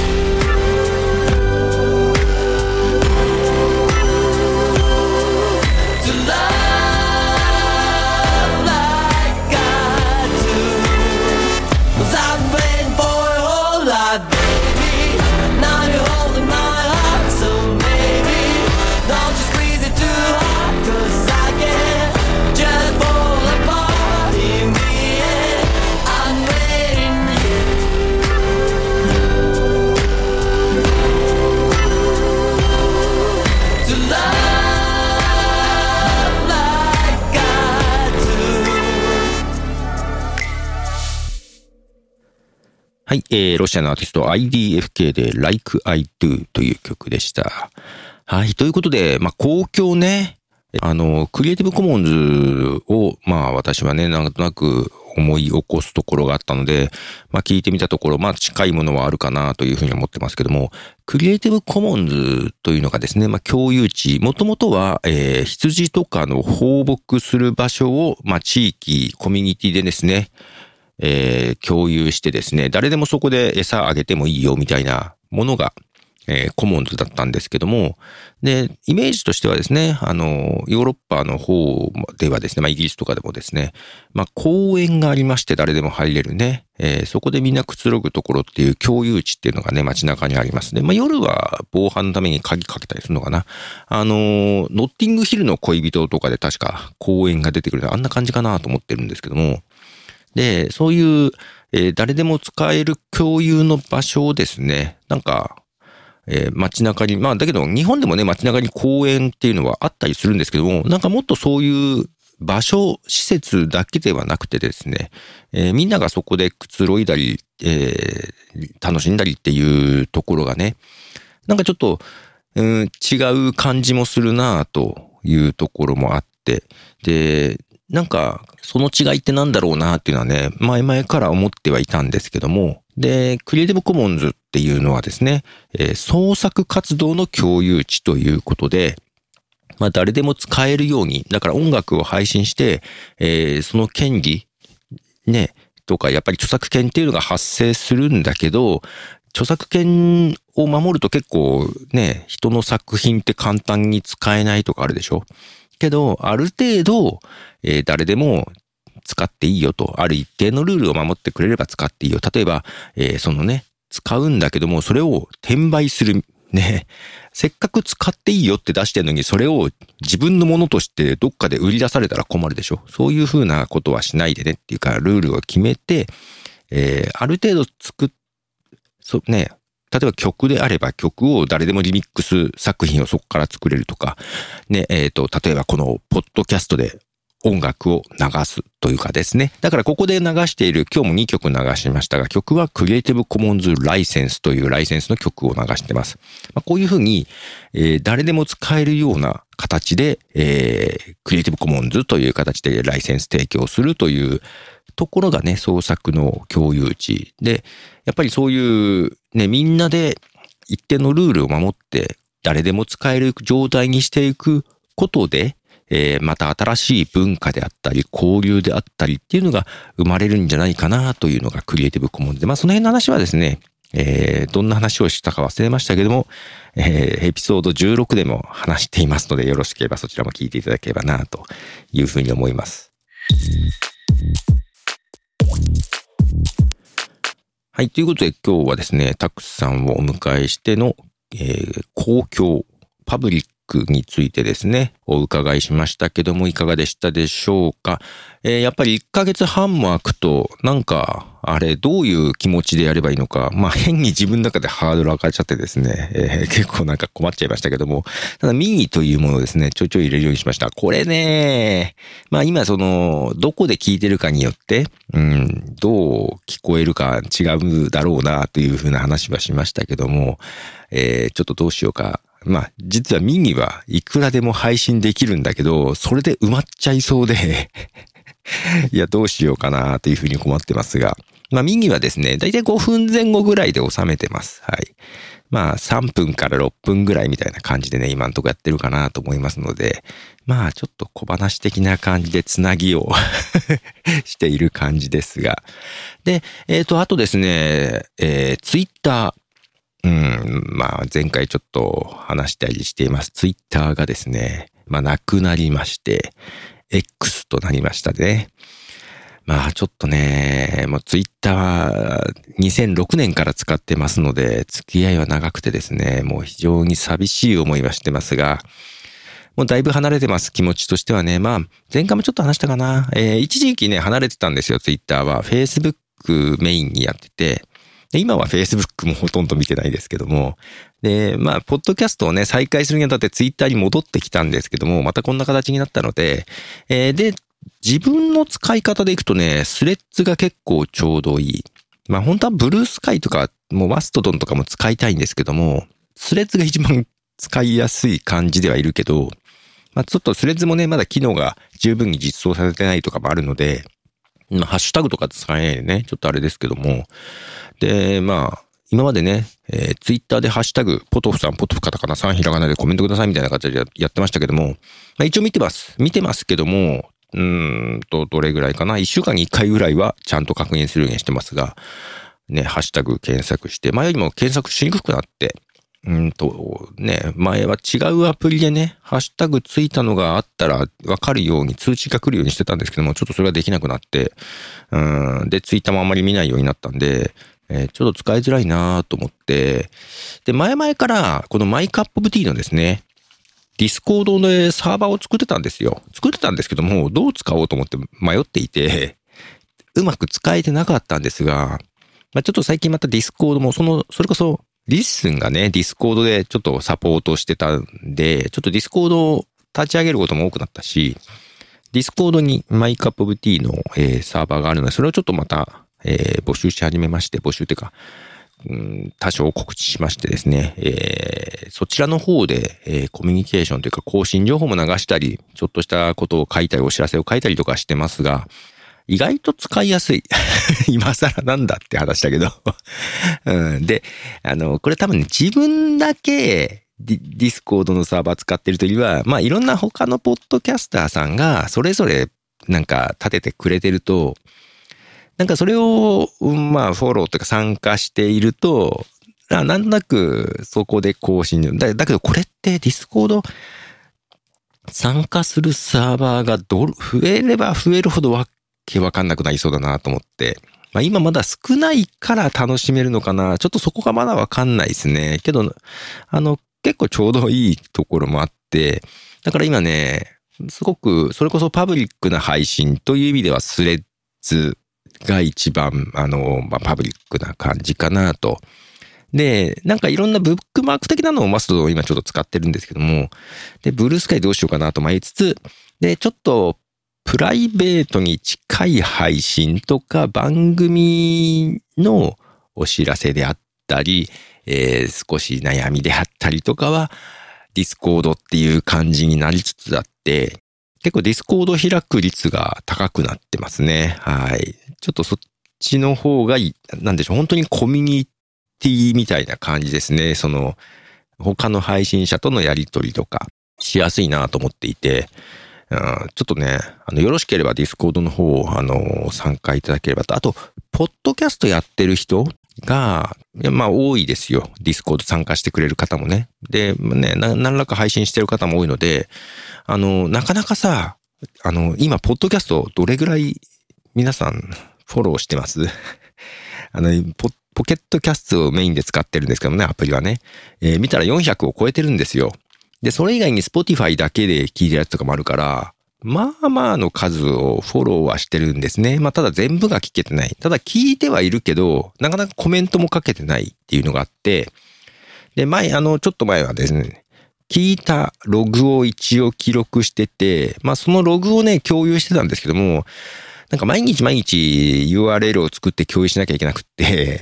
to love like I do. 'Cause I've been waiting for a whole
はい、えー、ロシアのアーティスト アイディーエフケー で Like I Do という曲でした。はい、ということで、まあ、公共ね、あの、クリエイティブコモンズを、まあ私はね、なんとなく思い起こすところがあったので、まあ聞いてみたところ、まあ近いものはあるかなというふうに思ってますけども、クリエイティブコモンズというのがですね、まあ共有地、もともとは、えー、羊とかの放牧する場所を、まあ地域、コミュニティでですね、えー、共有してですね、誰でもそこで餌あげてもいいよみたいなものが、えー、コモンズだったんですけども、で、イメージとしてはですね、あの、ヨーロッパの方ではですね、まあイギリスとかでもですね、まあ公園がありまして誰でも入れるね、えー、そこでみんなくつろぐところっていう共有地っていうのがね、街中にありますね。まあ夜は防犯のために鍵かけたりするのかな。あの、ノッティングヒルの恋人とかで確か公園が出てくるあんな感じかなと思ってるんですけども、で、そういう、えー、誰でも使える共有の場所をですね、なんか、えー、街中に、まあだけど日本でもね、街中に公園っていうのはあったりするんですけども、なんかもっとそういう場所、施設だけではなくてですね、えー、みんながそこでくつろいだり、えー、楽しんだりっていうところがね、なんかちょっと、うん、違う感じもするなというところもあって、で、なんか、その違いってなんだろうなっていうのはね、前々から思ってはいたんですけども、で、クリエイティブコモンズっていうのはですね、えー、創作活動の共有地ということで、まあ誰でも使えるように、だから音楽を配信して、えー、その権利、ね、とかやっぱり著作権っていうのが発生するんだけど、著作権を守ると結構ね、人の作品って簡単に使えないとかあるでしょ？けど、ある程度、えー、誰でも使っていいよと、ある一定のルールを守ってくれれば使っていいよ。例えば、えー、そのね、使うんだけども、それを転売する。ね。せっかく使っていいよって出してるのに、それを自分のものとしてどっかで売り出されたら困るでしょ。そういうふうなことはしないでねっていうか、ルールを決めて、えー、ある程度作っ、そうね、例えば曲であれば曲を誰でもリミックス作品をそこから作れるとか、ね、えっと、例えばこのポッドキャストで音楽を流すというかですね。だからここで流している、今日もにきょく流しましたが、曲はクリエイティブコモンズライセンスというライセンスの曲を流してます。まあ、こういうふうに、えー、誰でも使えるような形で、えー、クリエイティブコモンズという形でライセンス提供するというところがね、創作の共有地で、やっぱりそういうね、みんなで一定のルールを守って誰でも使える状態にしていくことで、えー、また新しい文化であったり交流であったりっていうのが生まれるんじゃないかなというのがクリエイティブコモンズで、まあその辺の話はですね、えー、どんな話をしたか忘れましたけども、えー、エピソードじゅうろくでも話していますので、よろしければそちらも聞いていただければなというふうに思います。はい。ということで今日はですね、たくさんをお迎えしての、えー、公共、パブリックについてですね、お伺いしましたけども、いかがでしたでしょうか。えー、やっぱりいっかげつはんも空くと、なんか、あれ、どういう気持ちでやればいいのか、まあ変に自分の中でハードル上がっちゃってですね、えー、結構なんか困っちゃいましたけども、ただミニというものをですね、ちょいちょい入れるようにしました。これね、まあ今その、どこで聞いてるかによって、うん、どう聞こえるか違うだろうなというふうな話はしましたけども、えー、ちょっとどうしようか。まあ、実はミニはいくらでも配信できるんだけど、それで埋まっちゃいそうで、いや、どうしようかなというふうに困ってますが、まあ、ミニはですね、だいたいごふんぜん後ぐらいで収めてます。はい。まあ、さんぷんからろっぷんぐらいみたいな感じでね、今んとこやってるかなと思いますので、まあ、ちょっと小話的な感じでつなぎをしている感じですが。で、えっと、あとですね、えー、ツイッター。うん、まあ前回ちょっと話したりしています。ツイッターがですね、まあなくなりまして、X となりましたね。まあちょっとね、もうツイッターはにせんろくねんから使ってますので、付き合いは長くてですね、もう非常に寂しい思いはしてますが、もうだいぶ離れてます、気持ちとしてはね。まあ前回もちょっと話したかな。えー、一時期ね、離れてたんですよ、ツイッターは。Facebook メインにやってて、で今は Facebook もほとんど見てないですけども。で、まあ、ポッドキャストをね、再開するにあたって Twitter に戻ってきたんですけども、またこんな形になったので、えー、で、自分の使い方でいくとね、スレッズが結構ちょうどいい。 まあ本当はブルースカイとか、もうマストドンとかも使いたいんですけども、スレッズが一番使いやすい感じではいるけど、まあちょっとスレッズもね、まだ機能が十分に実装されてないとかもあるので、まあハッシュタグとか使えないでね、ちょっとあれですけども。で、まあ、今までね、えー、ツイッターでハッシュタグ、ポトフさん、ポトフカタカナさんひらがなでコメントくださいみたいな形でやってましたけども、まあ一応見てます。見てますけども、うーんと、どれぐらいかな。一週間に一回ぐらいはちゃんと確認するようにしてますが、ね、ハッシュタグ検索して、前よりも検索しにくくなって、うんと、ね、前は違うアプリでね、ハッシュタグついたのがあったらわかるように通知が来るようにしてたんですけども、ちょっとそれができなくなって、うん、で、ツイッターもあんまり見ないようになったんで、えー、ちょっと使いづらいなと思って、で、前々からこのマイカップオブティーのですね、ディスコードでサーバーを作ってたんですよ。作ってたんですけども、どう使おうと思って迷っていて、うまく使えてなかったんですが、まあ、ちょっと最近またディスコードも、その、それこそ、リッスンがね、ディスコードでちょっとサポートしてたんで、ちょっとディスコードを立ち上げることも多くなったし、ディスコードにマイカップオブティーの、えー、サーバーがあるので、それをちょっとまた、えー、募集し始めまして、募集っていうか、うん、多少告知しましてですね、えー、そちらの方で、えー、コミュニケーションというか更新情報も流したり、ちょっとしたことを書いたり、お知らせを書いたりとかしてますが、意外と使いやすい。今更なんだって話だけど、うん。で、あの、これ多分ね、自分だけディ、ディスコードのサーバー使ってるというよりは、まあいろんな他のポッドキャスターさんがそれぞれなんか立ててくれてると、なんかそれを、まあフォローとか参加していると、なんとなくそこで更新だ。だけどこれってディスコード参加するサーバーがど増えれば増えるほどわけわかんなくなりそうだなと思って。まあ今まだ少ないから楽しめるのかな。ちょっとそこがまだわかんないですね。けど、あの、結構ちょうどいいところもあって、だから今ね、すごく、それこそパブリックな配信という意味ではスレッズが一番、あの、まあ、パブリックな感じかなと。で、なんかいろんなブックマーク的なのをマストを今ちょっと使ってるんですけども、で、ブルースカイどうしようかなと迷いつつ、で、ちょっと、プライベートに近い配信とか番組のお知らせであったり、えー、少し悩みであったりとかはディスコードっていう感じになりつつあって、結構ディスコード開く率が高くなってますね。はい。ちょっとそっちの方がいい、なんでしょう、本当にコミュニティみたいな感じですね。その他の配信者とのやりとりとかしやすいなと思っていて、うん、ちょっとね、あの、よろしければディスコードの方、あの、参加いただければと。あと、ポッドキャストやってる人が、まあ、多いですよ。ディスコード参加してくれる方もね。で、ね、何らか配信してる方も多いので、あの、なかなかさ、あの、今、ポッドキャストどれぐらい皆さんフォローしてますあの、ポ、ポケットキャストをメインで使ってるんですけどね、アプリはね。えー、見たらよんひゃくを超えてるんですよ。で、それ以外に Spotify だけで聞いてるやつとかもあるから、まあまあの数をフォローはしてるんですね。まあただ全部が聞けてない。ただ聞いてはいるけど、なかなかコメントもかけてないっていうのがあって、で、前、あの、ちょっと前はですね、聞いたログを一応記録してて、まあそのログをね、共有してたんですけども、なんか毎日毎日 ユーアールエル を作って共有しなきゃいけなくって、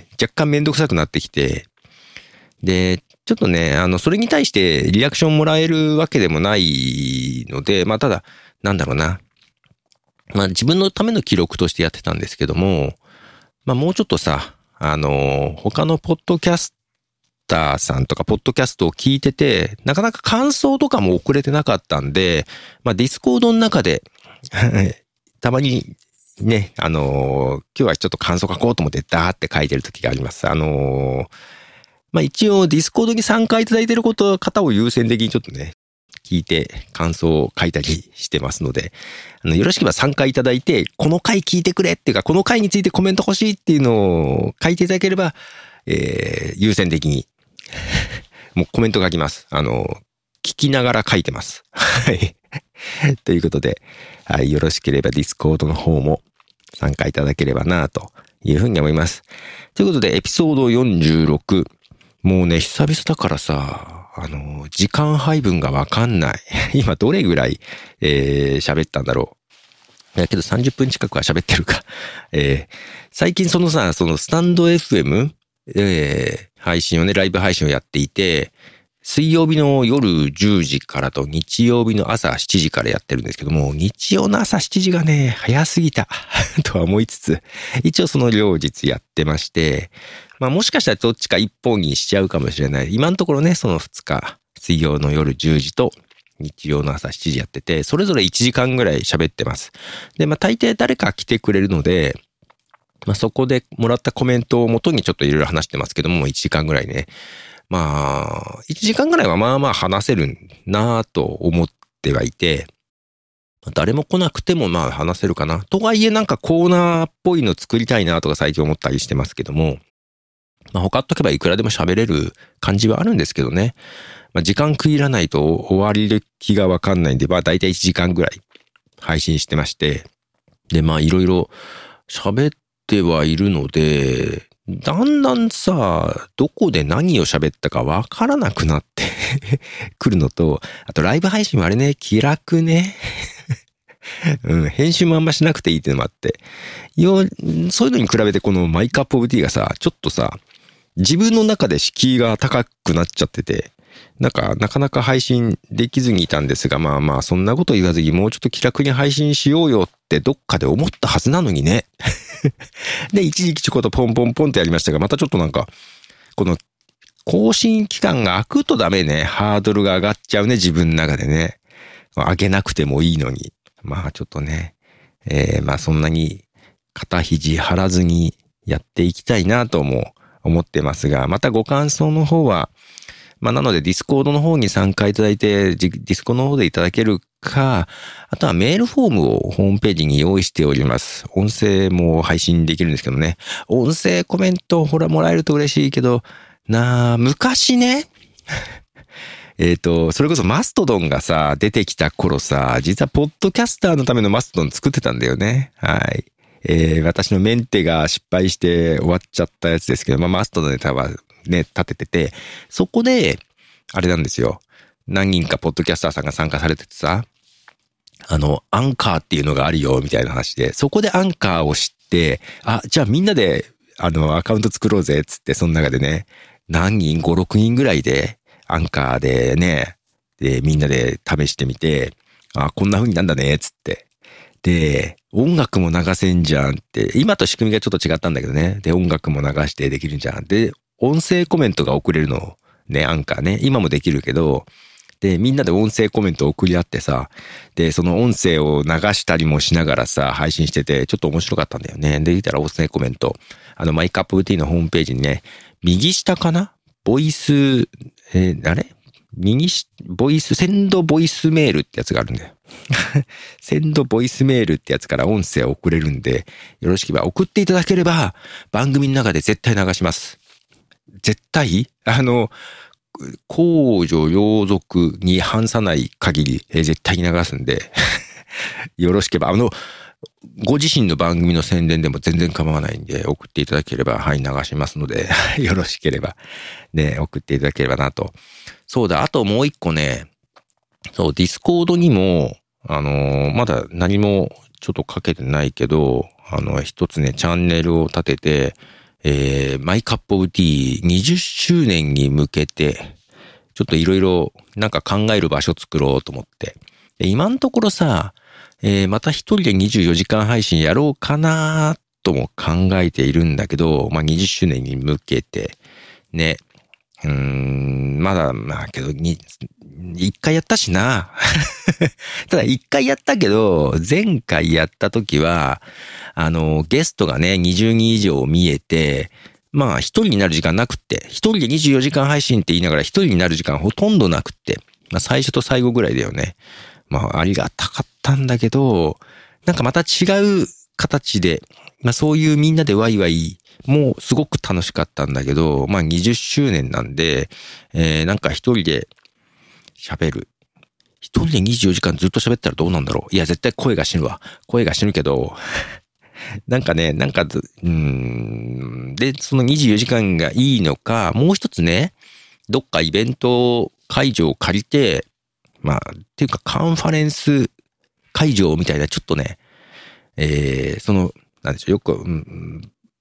若干めんどくさくなってきて、で、ちょっとね、あの、それに対してリアクションもらえるわけでもないので、まあ、ただ、なんだろうな。まあ、自分のための記録としてやってたんですけども、まあ、もうちょっとさ、あの、他のポッドキャスターさんとか、ポッドキャストを聞いてて、なかなか感想とかも送れてなかったんで、まあ、ディスコードの中で、たまにね、あの、今日はちょっと感想書こうと思ってダーって書いてる時があります。あの、まあ一応ディスコードに参加いただいていること方を優先的にちょっとね、聞いて感想を書いたりしてますので、あのよろしければ参加いただいて、この回聞いてくれっていうか、この回についてコメント欲しいっていうのを書いていただければ、えー、優先的に、もうコメント書きます。あの、聞きながら書いてます。はい。ということで、はい、よろしければディスコードの方も参加いただければなというふうに思います。ということで、エピソードよんじゅうろく。もうね、久々だからさ、あの、時間配分がわかんない。今どれぐらい、えー、喋ったんだろう。だけどさんじゅっぷん近くは喋ってるか。えー、 最近そのさ、そのスタンド エフエム、えー、配信をね、ライブ配信をやっていて、水曜日の夜じゅうじからと日曜日の朝しちじからやってるんですけども、日曜の朝しちじがね、早すぎたとは思いつつ、一応その両日やってまして、まあもしかしたらどっちか一本にしちゃうかもしれない。今のところね、そのふつか、水曜の夜じゅうじと日曜の朝しちじやってて、それぞれいちじかんぐらい喋ってます。で、まあ大抵誰か来てくれるので、まあそこでもらったコメントを元にちょっといろいろ話してますけども、いちじかんぐらいね。まあ、いちじかんぐらいはまあまあ話せるなぁと思ってはいて、誰も来なくてもまあ話せるかな。とはいえなんかコーナーっぽいの作りたいなとか最近思ったりしてますけども、まあ他っとけばいくらでも喋れる感じはあるんですけどね。まあ時間区切らないと終わり気がわかんないんで、まあ大体いちじかんぐらい配信してまして、でまあいろいろ喋ってはいるので、だんだんさ、どこで何を喋ったかわからなくなってくるのと、あとライブ配信もあれね、気楽ね。うん、編集もあんましなくていいっていうのもあって。よ、そういうのに比べてこのマイカップオブティーがさ、ちょっとさ、自分の中で敷居が高くなっちゃってて、なんか、なかなか配信できずにいたんですが、まあまあ、そんなこと言わずにもうちょっと気楽に配信しようよってどっかで思ったはずなのにね。で、一時期ちょこっとポンポンポンってやりましたが、またちょっとなんか、この、更新期間が空くとダメね。ハードルが上がっちゃうね、自分の中でね。上げなくてもいいのに。まあちょっとね、えー、まあそんなに肩肘張らずにやっていきたいなとも思ってますが、またご感想の方は、まあなのでディスコードの方に参加いただいて、ディスコの方でいただけるか、あとはメールフォームをホームページに用意しております。音声も配信できるんですけどね。音声コメントほらもらえると嬉しいけど、なあ、昔ね、えっと、それこそマストドンがさ、出てきた頃さ、実はポッドキャスターのためのマストドン作ってたんだよね。はい。えー、私のメンテが失敗して終わっちゃったやつですけど、まあマストドンで多分ね、立ててて、そこで、あれなんですよ。何人かポッドキャスターさんが参加されててさ、あの、アンカーっていうのがあるよ、みたいな話で、そこでアンカーを知って、あ、じゃあみんなで、あの、アカウント作ろうぜ、つって、その中でね、何人、ご、ろくにんぐらいで、アンカーでね、で、みんなで試してみて、あ、こんな風になんだね、つって。で、音楽も流せんじゃんって、今と仕組みがちょっと違ったんだけどね。で、音楽も流してできるんじゃん。で、音声コメントが送れるの。ね、アンカーね。今もできるけど、で、みんなで音声コメントを送り合ってさ、で、その音声を流したりもしながらさ、配信してて、ちょっと面白かったんだよね。で、見たら音声コメント、あの、マイカップオブティーのホームページにね、右下かなボイス、えー、あれ右し、ボイス、センドボイスメールってやつがあるんだよ。センドボイスメールってやつから音声を送れるんで、よろしければ送っていただければ、番組の中で絶対流します。絶対あの、公序良俗に反さない限り、えー、絶対に流すんで、よろしければ、あの、ご自身の番組の宣伝でも全然構わないんで、送っていただければ、はい、流しますので、よろしければ、ね、送っていただければなと。そうだ、あともう一個ね、そう、ディスコードにも、あのー、まだ何もちょっとかけてないけど、あの、一つね、チャンネルを立てて、えー、マイカップオブティーにじゅっしゅうねんに向けて、ちょっといろいろなんか考える場所作ろうと思って。で今のところさ、えー、また一人でにじゅうよじかん配信やろうかなとも考えているんだけど、まあ、にじゅっしゅうねんに向けて、ね。うーん、まだ、まあけど、に、一回やったしな。ただ一回やったけど、前回やった時は、あの、ゲストがね、にじゅうにん以上見えて、まあ一人になる時間なくって、一人でにじゅうよじかん配信って言いながら一人になる時間ほとんどなくって、まあ最初と最後ぐらいだよね。まあありがたかったんだけど、なんかまた違う形で、まあそういうみんなでワイワイ、もうすごく楽しかったんだけど、まあにじゅっしゅうねんなんで、えー、なんか一人で喋る。一人でにじゅうよじかんずっと喋ったらどうなんだろう。いや絶対声が死ぬわ。声が死ぬけど、なんかね、なんか、うーん、で、そのにじゅうよじかんがいいのか、もう一つね、どっかイベント会場を借りて、まあ、っていうかカンファレンス会場みたいな、ちょっとね、えー、その、なんでしょう、よく、うん、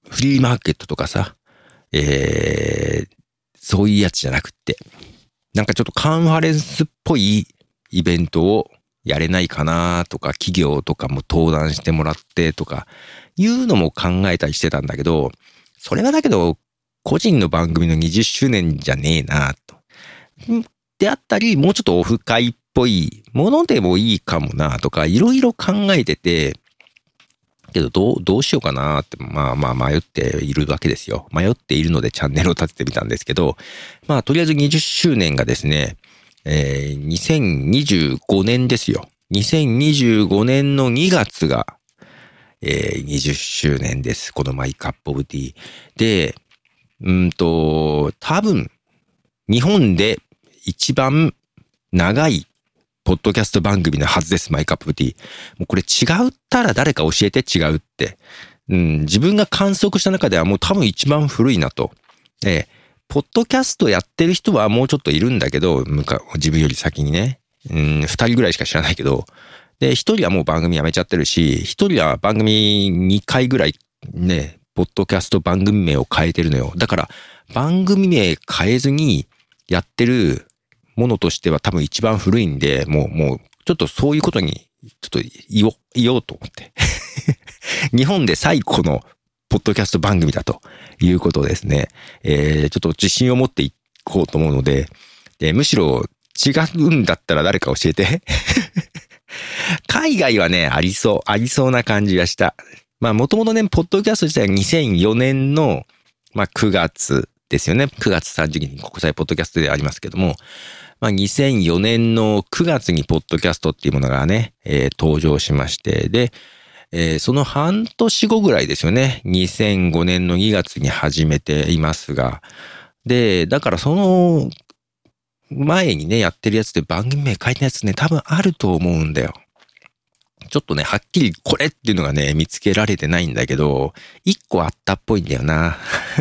フリーマーケットとかさ、えー、そういうやつじゃなくって、なんかちょっとカンファレンスっぽいイベントをやれないかなとか、企業とかも登壇してもらってとか、いうのも考えたりしてたんだけど、それはだけど、個人の番組のにじゅっしゅうねんじゃねえなと。であったり、もうちょっとオフ会っぽいものでもいいかもなとか、いろいろ考えてて、けどどう、どうしようかなって、まあまあ迷っているわけですよ。迷っているのでチャンネルを立ててみたんですけど、まあとりあえずにじゅっしゅうねんがですね、えー、にせんにじゅうごねんですよ。にせんにじゅうごねんのにがつが、えー、にじゅっしゅうねんです。このマイカップオブティー。で、うんと、多分、日本で一番長いポッドキャスト番組のはずです。マイカップオブティー。もうこれ違ったら誰か教えて違うって。うん、自分が観測した中ではもう多分一番古いなと。えー、ポッドキャストやってる人はもうちょっといるんだけど、自分より先にね。うん、二人ぐらいしか知らないけど。で、一人はもう番組やめちゃってるし、一人は番組にかいぐらいね、ポッドキャスト番組名を変えてるのよ。だから、番組名変えずにやってるものとしては多分一番古いんで、もう、もう、ちょっとそういうことに、ちょっと言おう、言おうと思って。日本で最古のポッドキャスト番組だということですね。えー、ちょっと自信を持っていこうと思うので、でむしろ違うんだったら誰か教えて。海外はね、ありそう、ありそうな感じがした。まあ、もともとね、ポッドキャスト自体はにせんよねんの、まあ、くがつですよね。くがつさんじゅうにちに国際ポッドキャストでありますけども、まあ、にせんよねんのくがつにポッドキャストっていうものがね、えー、登場しまして、で、えー、その半年後ぐらいですよね。にせんごねんのにがつに始めていますが、で、だからその前にね、やってるやつで番組名書いたやつね、多分あると思うんだよ。ちょっとね、はっきりこれっていうのがね、見つけられてないんだけど、一個あったっぽいんだよな。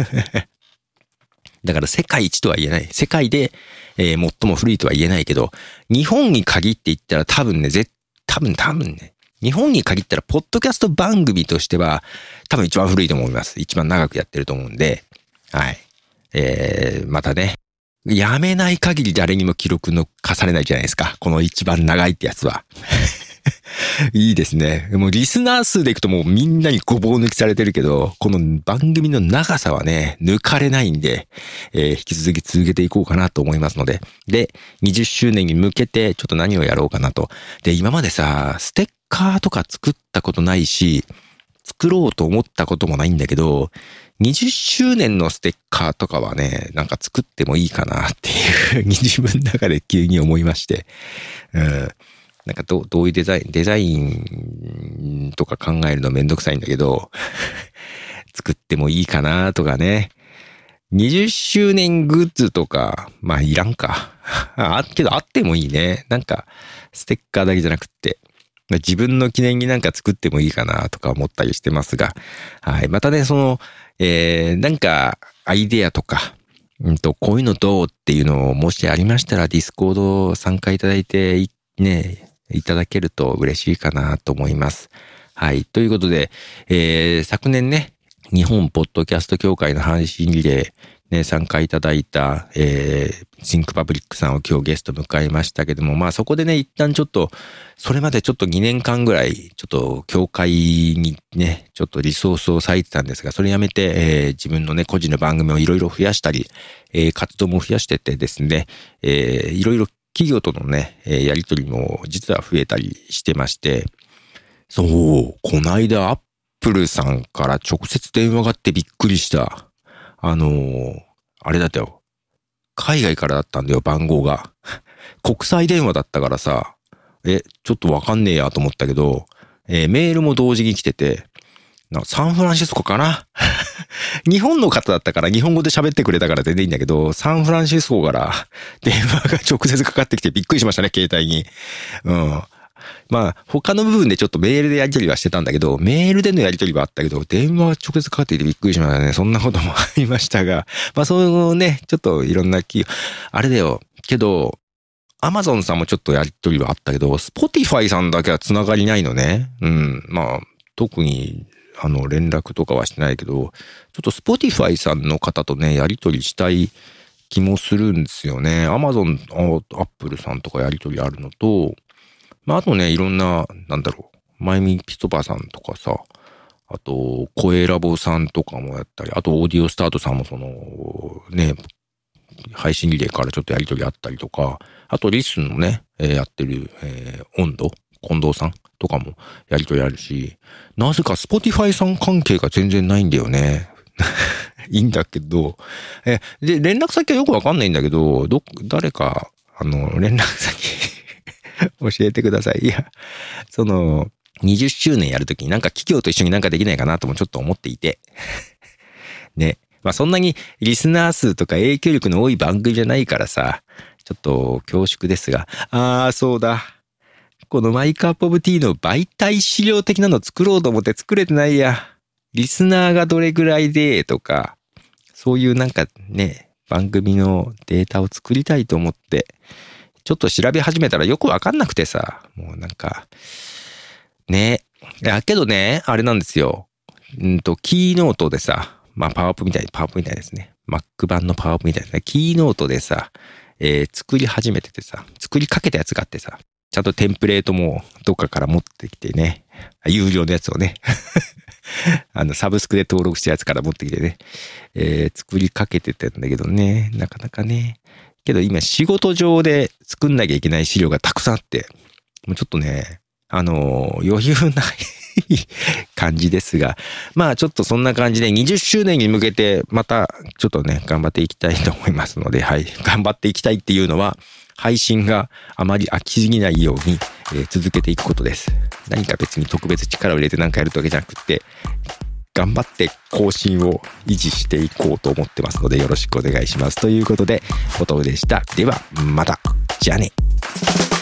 だから世界一とは言えない。世界で、えー、最も古いとは言えないけど、日本に限って言ったら多分ね、絶多分多分ね、日本に限ったらポッドキャスト番組としては多分一番古いと思います。一番長くやってると思うんで、はい。えー、またね、やめない限り誰にも記録の課されないじゃないですか。この一番長いってやつは。いいですね。もうリスナー数でいくともうみんなにごぼう抜きされてるけど、この番組の長さはね、抜かれないんで、えー、引き続き続けていこうかなと思いますので。で、にじゅっしゅうねんに向けてちょっと何をやろうかなと。で、今までさ、ステッカーとか作ったことないし、作ろうと思ったこともないんだけど、にじゅっしゅうねんのステッカーとかはね、なんか作ってもいいかなっていうふうに自分の中で急に思いまして。うんなんかどう、どういうデザイン、デザインとか考えるのめんどくさいんだけど、作ってもいいかなとかね。にじゅっしゅうねんグッズとか、まあいらんか。あ、けどあってもいいね。なんか、ステッカーだけじゃなくって、自分の記念になんか作ってもいいかなとか思ったりしてますが、はい。またね、その、えー、なんか、アイデアとか、うんと、こういうのどうっていうのをもしありましたら、ディスコード参加いただいて、ね、いただけると嬉しいかなと思います。はい。ということで、えー、昨年ね、日本ポッドキャスト協会の配信リレー、ね、参加いただいた、えー、シンクパブリックさんを今日ゲスト迎えましたけども、まあそこでね、一旦ちょっと、それまでちょっとにねんかんぐらい、ちょっと協会にね、ちょっとリソースを割いてたんですが、それやめて、えー、自分のね、個人の番組をいろいろ増やしたり、えー、活動も増やしててですね、えー、いろいろ企業とのね、やりとりも実は増えたりしてまして、そう、こないだアップルさんから直接電話があってびっくりした。あのー、あれだったよ。海外からだったんだよ、番号が。国際電話だったからさ、え、ちょっとわかんねえやと思ったけど、えー、メールも同時に来てて、サンフランシスコかな日本の方だったから日本語で喋ってくれたから全然いいんだけど、サンフランシスコから電話が直接かかってきてびっくりしましたね、携帯に。うん。まあ、他の部分でちょっとメールでやり取りはしてたんだけど、メールでのやり取りはあったけど、電話が直接かかってきてびっくりしましたね。そんなこともありましたが、まあそういうね、ちょっといろんな企業、あれだよ。けど、アマゾンさんもちょっとやり取りはあったけど、スポティファイさんだけは繋がりないのね。うん。まあ、特に、 あの、連絡とかはしてないけど、ちょっと Spotify さんの方とね、やり取りしたい気もするんですよね。Amazon、Apple さんとかやり取りあるのと、まあ、あとね、いろんな、なんだろう、マイミピトパさんとかさ、あと、声ラボさんとかもやったり、あと、オーディオスタートさんもその、ね、配信リレーからちょっとやり取りあったりとか、あと、リスンのね、えー、やってる、えー、温度、近藤さんとかもやり取りあるし、なぜか Spotify さん関係が全然ないんだよね。いいんだけど、え、で、連絡先はよくわかんないんだけど、ど、誰か、あの、連絡先教えてください。いや、その、にじゅっしゅうねんやるときになんか企業と一緒になんかできないかなともちょっと思っていて。ね。まあそんなにリスナー数とか影響力の多い番組じゃないからさ、ちょっと恐縮ですが、ああ、そうだ。このマイカップオブティーの媒体資料的なの作ろうと思って作れてないや。リスナーがどれぐらいでとか、そういうなんかね、番組のデータを作りたいと思って、ちょっと調べ始めたらよくわかんなくてさ、もうなんか、ね。いや、けどね、あれなんですよ。うんと、キーノートでさ、まあ、パワーアップみたいに、パワーアップみたいですね。Mac 版のパワーアップみたいですね。キーノートでさ、えー、作り始めててさ、作りかけたやつがあってさ、ちゃんとテンプレートもどっかから持ってきてね、有料のやつをね、あの、サブスクで登録したやつから持ってきてね、えー、作りかけてたんだけどね、なかなかね。けど今仕事上で作んなきゃいけない資料がたくさんあって、もうちょっとね、あのー、余裕ない感じですが、まあちょっとそんな感じでにじゅっしゅうねんに向けてまたちょっとね、頑張っていきたいと思いますので、はい。頑張っていきたいっていうのは、配信があまり飽きすぎないように、えー、続けていくことです。何か別に特別力を入れて何かやるわけじゃなくって、頑張って更新を維持していこうと思ってますので、よろしくお願いします。ということで、ことでした。では、また。じゃあね。